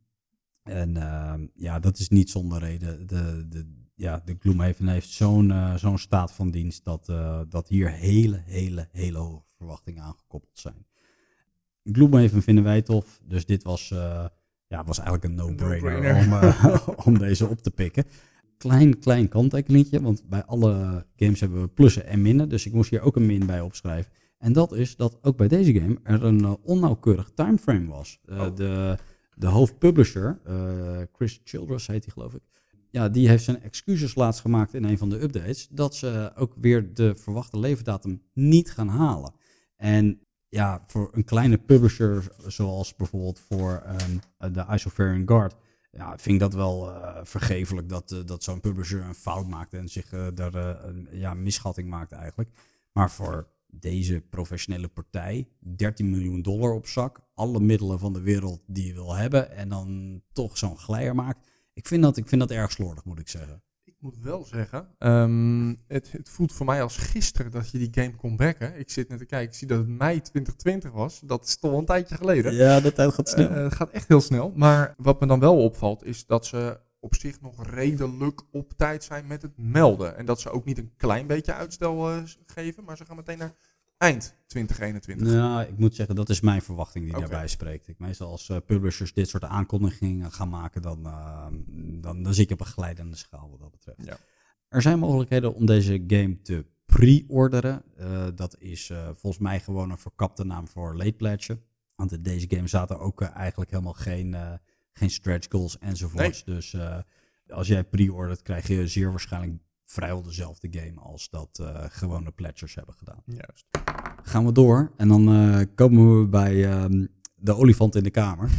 En uh, ja, dat is niet zonder reden. De, de, ja, de Gloomhaven heeft zo'n, uh, zo'n staat van dienst dat, uh, dat hier hele, hele, hele hoge verwachtingen aan gekoppeld zijn. Gloomhaven vinden wij tof, dus dit was, uh, ja, was eigenlijk een no-brainer, no om, uh, om deze op te pikken. Klein, klein kanttekeningetje, want bij alle games hebben we plussen en minnen, dus ik moest hier ook een min bij opschrijven. En dat is dat ook bij deze game er een uh, onnauwkeurig timeframe was. Uh, oh. de, de hoofdpublisher, uh, Chris Childress heet hij geloof ik, ja, die heeft zijn excuses laatst gemaakt in een van de updates, dat ze ook weer de verwachte leverdatum niet gaan halen. En ja, voor een kleine publisher, zoals bijvoorbeeld voor um, de Isofarian Guard, ja, vind ik dat wel uh, vergeeflijk dat, uh, dat zo'n publisher een fout maakt en zich uh, daar uh, een ja, misschatting maakt eigenlijk. Maar voor deze professionele partij, dertien miljoen dollar op zak, alle middelen van de wereld die je wil hebben en dan toch zo'n glijer maakt. Ik vind dat, ik vind dat erg slordig, moet ik zeggen. Ik moet wel zeggen, um, het, het voelt voor mij als gisteren dat je die game kon backen. Ik zit net te kijken, ik zie dat het mei twintig twintig was. Dat is toch een tijdje geleden. Ja, de tijd gaat snel. Uh, het gaat echt heel snel. Maar wat me dan wel opvalt, is dat ze op zich nog redelijk op tijd zijn met het melden. En dat ze ook niet een klein beetje uitstel uh, geven, maar ze gaan meteen naar eind twintig eenentwintig. Nou, ik moet zeggen, dat is mijn verwachting die okay. daarbij spreekt. Ik, meestal als uh, publishers dit soort aankondigingen gaan maken, dan, uh, dan, dan zie ik op een glijdende schaal wat dat betreft. Ja. Er zijn mogelijkheden om deze game te pre-orderen. Uh, dat is uh, volgens mij gewoon een verkapte naam voor late pledge. Want in deze game zaten ook uh, eigenlijk helemaal geen, uh, geen stretch goals enzovoorts. Nee. Dus uh, als jij pre-ordert, krijg je zeer waarschijnlijk vrijwel dezelfde game als dat uh, gewone pledgers hebben gedaan. Juist. Gaan we door en dan uh, komen we bij um, de olifant in de kamer.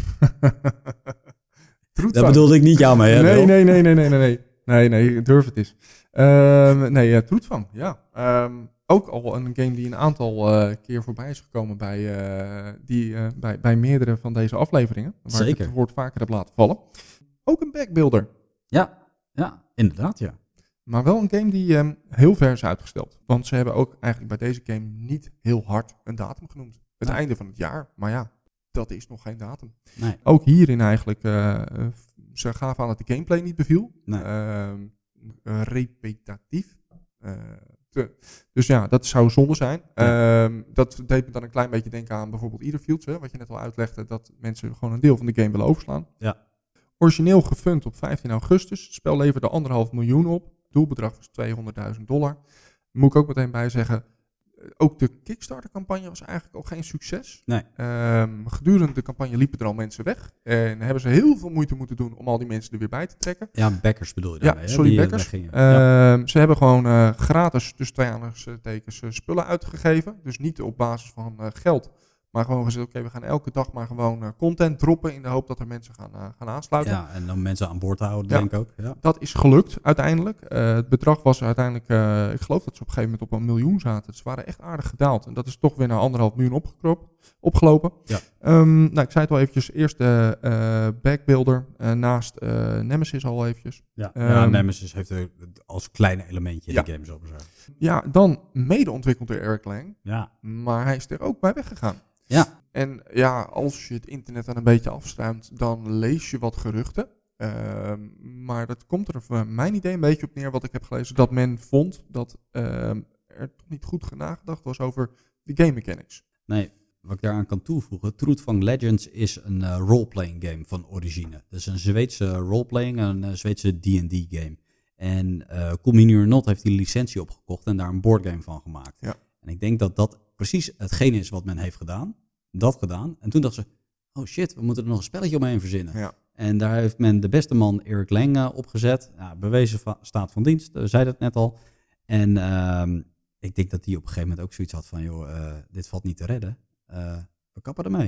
Daar bedoelde ik niet jou mee, hè? Nee, nee, nee, nee, nee, nee, nee, nee, durf het eens. Um, nee, uh, Troetvang, ja. Um, ook al een game die een aantal uh, keer voorbij is gekomen bij, uh, die, uh, bij, bij meerdere van deze afleveringen. Waar Zeker. Ik het woord vaker heb laten vallen. Ook een backbuilder. Ja, ja, inderdaad, ja. Maar wel een game die um, heel ver is uitgesteld. Want ze hebben ook eigenlijk bij deze game niet heel hard een datum genoemd. Het ja. einde van het jaar. Maar ja, dat is nog geen datum. Nee. Ook hierin eigenlijk, uh, ze gaven aan dat de gameplay niet beviel. Nee. Uh, uh, repetitief. Uh, te, dus ja, dat zou zonde zijn. Ja. Uh, dat deed me dan een klein beetje denken aan bijvoorbeeld Etherfields. Hè, wat je net al uitlegde, dat mensen gewoon een deel van de game willen overslaan. Ja. Origineel gefund op vijftien augustus. Het spel leverde anderhalf miljoen op. Doelbedrag was tweehonderdduizend dollar. Moet ik ook meteen bij zeggen, ook de Kickstarter-campagne was eigenlijk al geen succes. Nee. Um, gedurende de campagne liepen er al mensen weg. En hebben ze heel veel moeite moeten doen om al die mensen er weer bij te trekken. Ja, backers bedoel je daarmee, Ja, sorry, die backers. Um, ja. Ze hebben gewoon uh, gratis, tussen twee aanhalingstekens, uh, spullen uitgegeven. Dus niet op basis van uh, geld. Maar gewoon gezegd, oké, okay, we gaan elke dag maar gewoon uh, content droppen in de hoop dat er mensen gaan, uh, gaan aansluiten. Ja, en dan mensen aan boord houden, ja, denk ik ook. Ja. Dat is gelukt uiteindelijk. Uh, het bedrag was uiteindelijk, uh, ik geloof dat ze op een gegeven moment op een miljoen zaten. Ze waren echt aardig gedaald. En dat is toch weer naar anderhalf miljoen opgekropt, opgelopen. Ja. Um, nou, ik zei het al eventjes, eerst de uh, backbuilder uh, naast uh, Nemesis al eventjes. Ja, um, ja, Nemesis heeft er als kleine elementje ja. de game zo bezig. Ja, dan mede ontwikkeld door Eric Lang. Ja. Maar hij is er ook bij weggegaan. Ja. En ja, als je het internet dan een beetje afstruimt, dan lees je wat geruchten. Uh, maar dat komt er voor mijn idee een beetje op neer wat ik heb gelezen. Dat men vond dat uh, er toch niet goed nagedacht was over de game mechanics. Nee, wat ik daaraan kan toevoegen. Troetvang Legends is een uh, roleplaying game van origine. Dus een Zweedse roleplaying, een uh, Zweedse D en D game. En uh, Cool Mini or Not heeft die licentie opgekocht en daar een boardgame van gemaakt. Ja. En ik denk dat dat precies hetgene is wat men heeft gedaan. Dat gedaan. En toen dachten ze, oh shit, we moeten er nog een spelletje omheen verzinnen. Ja. En daar heeft men de beste man Eric Lang uh, opgezet. Ja, bewezen va- staat van dienst, we zeiden het net al. En uh, ik denk dat hij op een gegeven moment ook zoiets had van, joh, uh, dit valt niet te redden. Uh, we kappen ermee.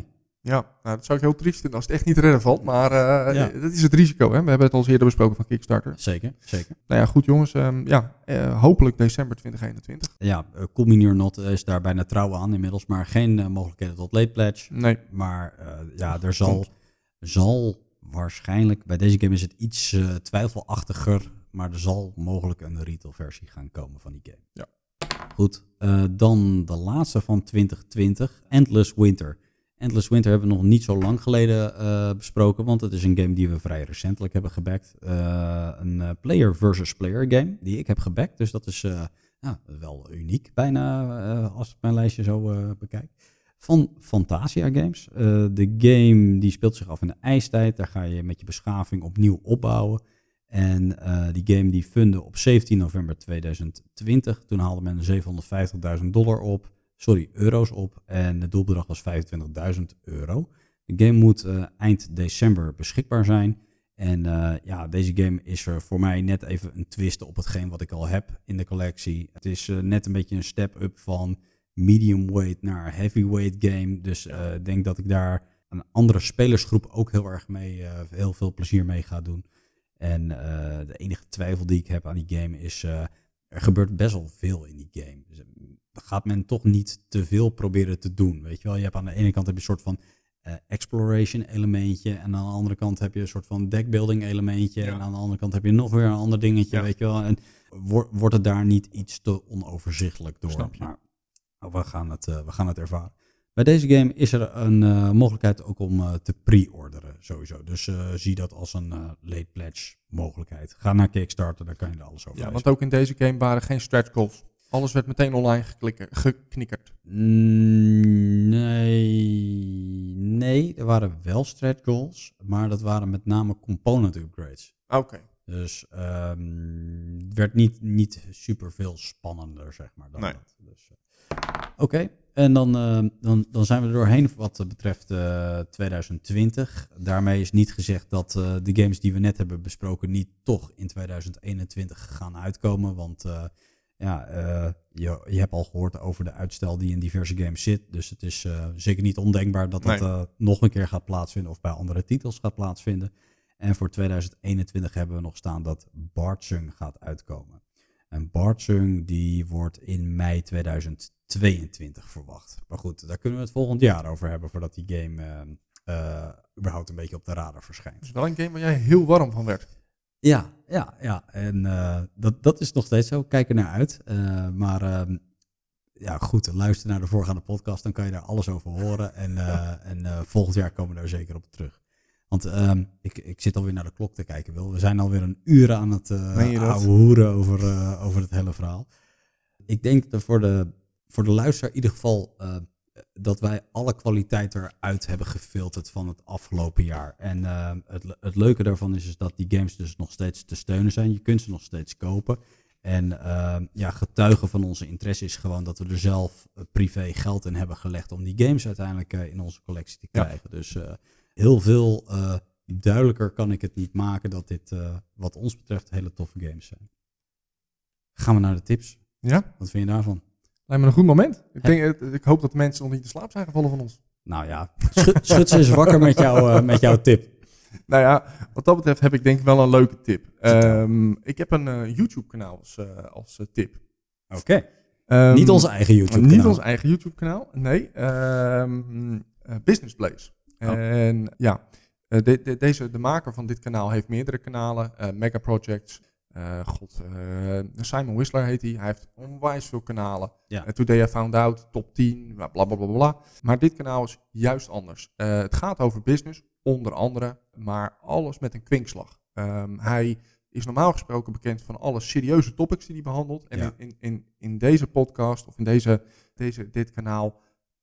Ja, nou, dat zou ik heel triest vinden als het echt niet redden valt. Maar uh, ja. dat is het risico. Hè? We hebben het al eens eerder besproken van Kickstarter. Zeker, zeker. Nou ja, goed jongens. Um, ja, uh, hopelijk december twintig eenentwintig. Ja, uh, Cool Mini or Not is daar bijna trouw aan inmiddels. Maar geen uh, mogelijkheden tot late pledge. Nee. Maar uh, ja, er zal, zal waarschijnlijk... Bij deze game is het iets uh, twijfelachtiger. Maar er zal mogelijk een retail versie gaan komen van die game. Ja. Goed, uh, dan de laatste van twintig twintig. Endless Winter. Endless Winter hebben we nog niet zo lang geleden uh, besproken, want het is een game die we vrij recentelijk hebben gebackt. Uh, een uh, player versus player game die ik heb gebackt, dus dat is uh, nou, wel uniek bijna uh, als ik mijn lijstje zo uh, bekijk. Van Fantasia Games. Uh, de game die speelt zich af in de ijstijd, daar ga je met je beschaving opnieuw opbouwen. En uh, die game die fundde op zeventien november tweeduizend twintig, toen haalde men zevenhonderdvijftigduizend dollar op. Sorry, euro's op. En het doelbedrag was vijfentwintigduizend euro. De game moet uh, eind december beschikbaar zijn. En uh, ja, deze game is er voor mij net even een twist op hetgeen wat ik al heb in de collectie. Het is uh, net een beetje een step-up van medium weight naar heavyweight game. Dus ik uh, denk dat ik daar een andere spelersgroep ook heel erg mee, uh, heel veel plezier mee ga doen. En uh, de enige twijfel die ik heb aan die game is, uh, er gebeurt best wel veel in die game. Dus, gaat men toch niet te veel proberen te doen. Weet je wel, je hebt aan de ene kant heb je een soort van uh, exploration elementje. En aan de andere kant heb je een soort van deckbuilding elementje. Ja. En aan de andere kant heb je nog weer een ander dingetje, ja. Weet je wel. En wordt wordt het daar niet iets te onoverzichtelijk door? Snap je. Maar oh, we, gaan het, uh, we gaan het ervaren. Bij deze game is er een uh, mogelijkheid ook om uh, te pre-orderen, sowieso. Dus uh, zie dat als een uh, late pledge mogelijkheid. Ga naar Kickstarter, daar kan je er alles over Ja, lezen. want ook in deze game waren geen stretch goals. Alles werd meteen online geknikkerd. Nee, nee, er waren wel stretch goals, maar dat waren met name component upgrades. Oké. Okay. Dus um, het werd niet, niet super veel spannender, zeg maar. Dan nee. dat. Dus, uh, Oké, okay. En dan, uh, dan, dan zijn we er doorheen wat betreft uh, twintig twintig. Daarmee is niet gezegd dat uh, de games die we net hebben besproken niet toch in twintig eenentwintig gaan uitkomen, want... Uh, Ja, uh, je, je hebt al gehoord over de uitstel die in diverse games zit. Dus het is uh, zeker niet ondenkbaar dat dat nee. uh, nog een keer gaat plaatsvinden of bij andere titels gaat plaatsvinden. En voor twintig eenentwintig hebben we nog staan dat Bardsung gaat uitkomen. En Bardsung die wordt in mei twintig tweeëntwintig verwacht. Maar goed, daar kunnen we het volgend jaar over hebben voordat die game uh, uh, überhaupt een beetje op de radar verschijnt. Het is wel een game waar jij heel warm van werd. Ja, ja, ja. En uh, dat, dat is nog steeds zo. Kijk er naar uit. Uh, maar uh, ja, goed, luister naar de voorgaande podcast. Dan kan je daar alles over horen. En, uh, en uh, volgend jaar komen we daar zeker op terug. Want uh, ik, ik zit alweer naar de klok te kijken, Wil. We zijn alweer een uur aan het uh, ouwe hoeren over, uh, over het hele verhaal. Ik denk dat voor de, voor de luisteraar in ieder geval... Uh, dat wij alle kwaliteit eruit hebben gefilterd van het afgelopen jaar. En uh, het, het leuke daarvan is, is dat die games dus nog steeds te steunen zijn. Je kunt ze nog steeds kopen. En uh, ja, getuige van onze interesse is gewoon dat we er zelf uh, privé geld in hebben gelegd om die games uiteindelijk uh, in onze collectie te krijgen. Ja. Dus uh, heel veel uh, duidelijker kan ik het niet maken dat dit uh, wat ons betreft hele toffe games zijn. Gaan we naar de tips. Ja? Wat vind je daarvan? Lijkt me een goed moment. Ik, denk, ik hoop dat de mensen nog niet in slaap zijn gevallen van ons. Nou ja, schud, schud ze eens wakker met, jou, uh, met jouw tip. Nou ja, wat dat betreft heb ik denk ik wel een leuke tip. Um, ik heb een uh, YouTube-kanaal als, uh, als uh, tip. Oké. Okay. Um, niet ons eigen YouTube-kanaal? Niet ons eigen YouTube-kanaal, nee. Um, uh, Business Blaze. Oh. En ja, uh, de, de, deze, de maker van dit kanaal heeft meerdere kanalen. Uh, Mega Projects. Uh, God, uh, Simon Whistler heet hij. Hij heeft onwijs veel kanalen. Ja. Uh, Today I Found Out, top tien, bla bla bla bla. Maar dit kanaal is juist anders. Uh, het gaat over business, onder andere, maar alles met een kwinkslag. Um, hij is normaal gesproken bekend van alle serieuze topics die hij behandelt. En ja. in, in, in deze podcast, of in deze, deze, dit kanaal,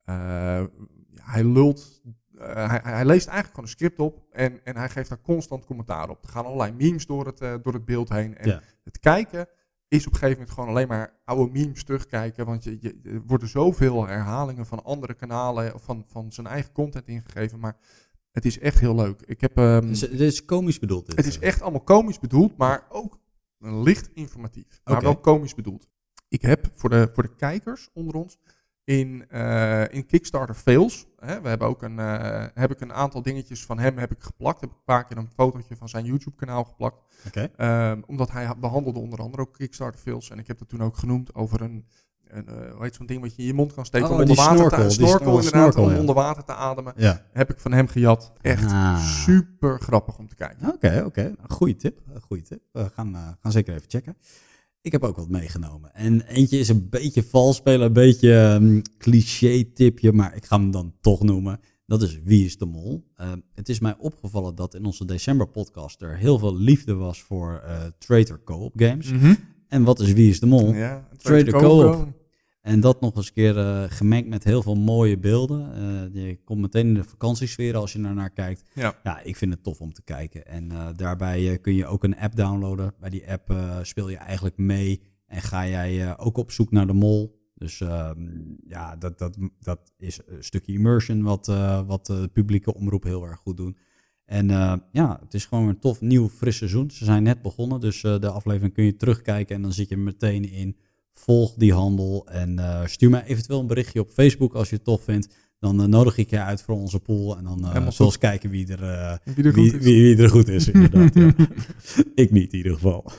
uh, hij lult... Uh, hij, hij leest eigenlijk gewoon een script op en, en hij geeft daar constant commentaar op. Er gaan allerlei memes door het, uh, door het beeld heen. En ja. het kijken is op een gegeven moment gewoon alleen maar oude memes terugkijken. Want je, je, er worden zoveel herhalingen van andere kanalen of van, van zijn eigen content ingegeven. Maar het is echt heel leuk. Ik heb, um, dus het is komisch bedoeld? Dit. Het is echt allemaal komisch bedoeld, maar ook licht informatief. Maar okay. wel komisch bedoeld. Ik heb voor de, voor de kijkers onder ons... in, uh, in Kickstarter fails. Hè, we hebben ook een, uh, heb ik een aantal dingetjes van hem heb ik geplakt. Heb ik een paar keer een fotootje van zijn YouTube kanaal geplakt. Okay. Uh, omdat hij behandelde onder andere ook Kickstarter fails. En ik heb dat toen ook genoemd over een, een uh, hoe heet zo'n ding wat je in je mond kan steken. Oh, om onder water snorkel, te, snorkel, die inderdaad, snorkel, om ja. onder water te ademen. Ja. Heb ik van hem gejat. Echt ah. super grappig om te kijken. Oké, okay, oké. Okay. Goeie tip. Goeie tip. We gaan, uh, gaan zeker even checken. Ik heb ook wat meegenomen. En eentje is een beetje vals spelen, een beetje um, cliché tipje, maar ik ga hem dan toch noemen. Dat is Wie is de Mol? Uh, het is mij opgevallen dat in onze december podcast er heel veel liefde was voor uh, Trader Co-op games. Mm-hmm. En wat is Wie is de Mol? Ja, Trader Co-op. En dat nog eens een keer uh, gemengd met heel veel mooie beelden. Uh, je komt meteen in de vakantiesfeer als je naar naar kijkt. Ja. ja, ik vind het tof om te kijken. En uh, daarbij uh, kun je ook een app downloaden. Bij die app uh, speel je eigenlijk mee en ga jij uh, ook op zoek naar de mol. Dus uh, ja, dat, dat, dat is een stukje immersion wat, uh, wat de publieke omroep heel erg goed doen. En uh, ja, het is gewoon een tof nieuw fris seizoen. Ze zijn net begonnen, dus uh, de aflevering kun je terugkijken en dan zit je meteen in. Volg die handel en uh, stuur mij eventueel een berichtje op Facebook als je het tof vindt. Dan uh, nodig ik je uit voor onze pool en dan uh, zullen we eens kijken wie er, uh, wie, er wie, wie, wie er goed is. Inderdaad, ja. Ik niet in ieder geval.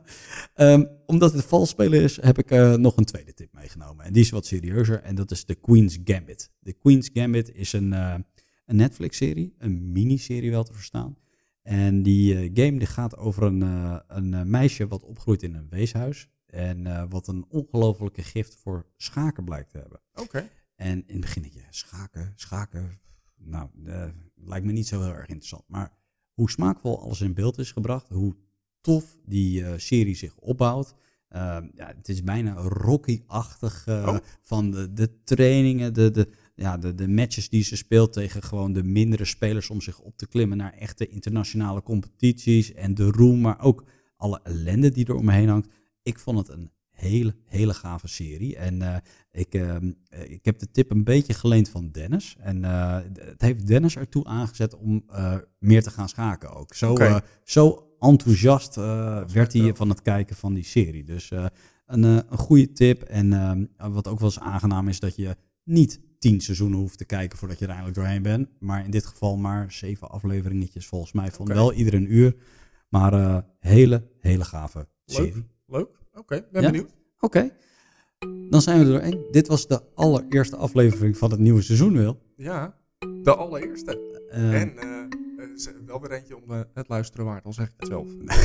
um, omdat het vals spelen is, heb ik uh, nog een tweede tip meegenomen. En die is wat serieuzer en dat is de Queen's Gambit. De Queen's Gambit is een, uh, een Netflix-serie, een miniserie wel te verstaan. En die uh, game die gaat over een, uh, een uh, meisje wat opgroeit in een weeshuis. En uh, wat een ongelofelijke gift voor schaken blijkt te hebben. Oké. Okay. En in het begin denk je, schaken, schaken, nou, uh, lijkt me niet zo heel erg interessant. Maar hoe smaakvol alles in beeld is gebracht, hoe tof die uh, serie zich opbouwt. Uh, ja, het is bijna Rocky-achtig uh, oh. van de, de trainingen, de, de, ja, de, de matches die ze speelt tegen gewoon de mindere spelers om zich op te klimmen naar echte internationale competities. En de roem, maar ook alle ellende die er omheen hangt. Ik vond het een hele, hele gave serie. En uh, ik, uh, ik heb de tip een beetje geleend van Dennis. En uh, het heeft Dennis ertoe aangezet om uh, meer te gaan schaken ook. Zo, okay. uh, zo enthousiast uh, werd hij van het kijken van die serie. Dus uh, een, uh, een goede tip. En uh, wat ook wel eens aangenaam is dat je niet tien seizoenen hoeft te kijken voordat je er eindelijk doorheen bent. Maar in dit geval maar zeven afleveringetjes volgens mij. Van okay. Wel ieder een uur. Maar uh, hele, hele gave serie. Leuk. Leuk. Oké, okay, ben ja? benieuwd. Oké, okay. Dan zijn we er doorheen. Dit was de allereerste aflevering van het nieuwe seizoen, Wil. Ja, de allereerste. Uh, en uh, wel weer eentje om uh, het luisteren waard, al zeg ik het zelf.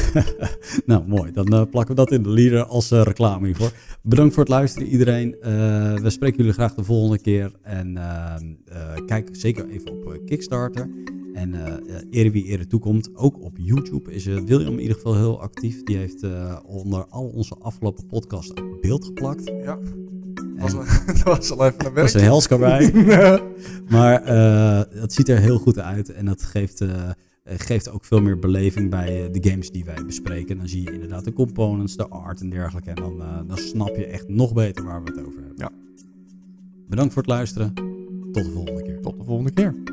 Nou, mooi. Dan uh, plakken we dat in de leader als uh, reclame hiervoor. Bedankt voor het luisteren, iedereen. Uh, we spreken jullie graag de volgende keer. En uh, uh, kijk zeker even op uh, Kickstarter. En uh, ere wie ere toekomt, ook op YouTube is uh, William in ieder geval heel actief. Die heeft uh, onder al onze afgelopen podcasts ook beeld geplakt. Ja, dat was, dat was al even een werk. Dat is een helskarbij. Maar uh, het ziet er heel goed uit en dat geeft, uh, geeft ook veel meer beleving bij uh, de games die wij bespreken. Dan zie je inderdaad de components, de art en dergelijke. En dan, uh, dan snap je echt nog beter waar we het over hebben. Ja. Bedankt voor het luisteren. Tot de volgende keer. Tot de volgende keer.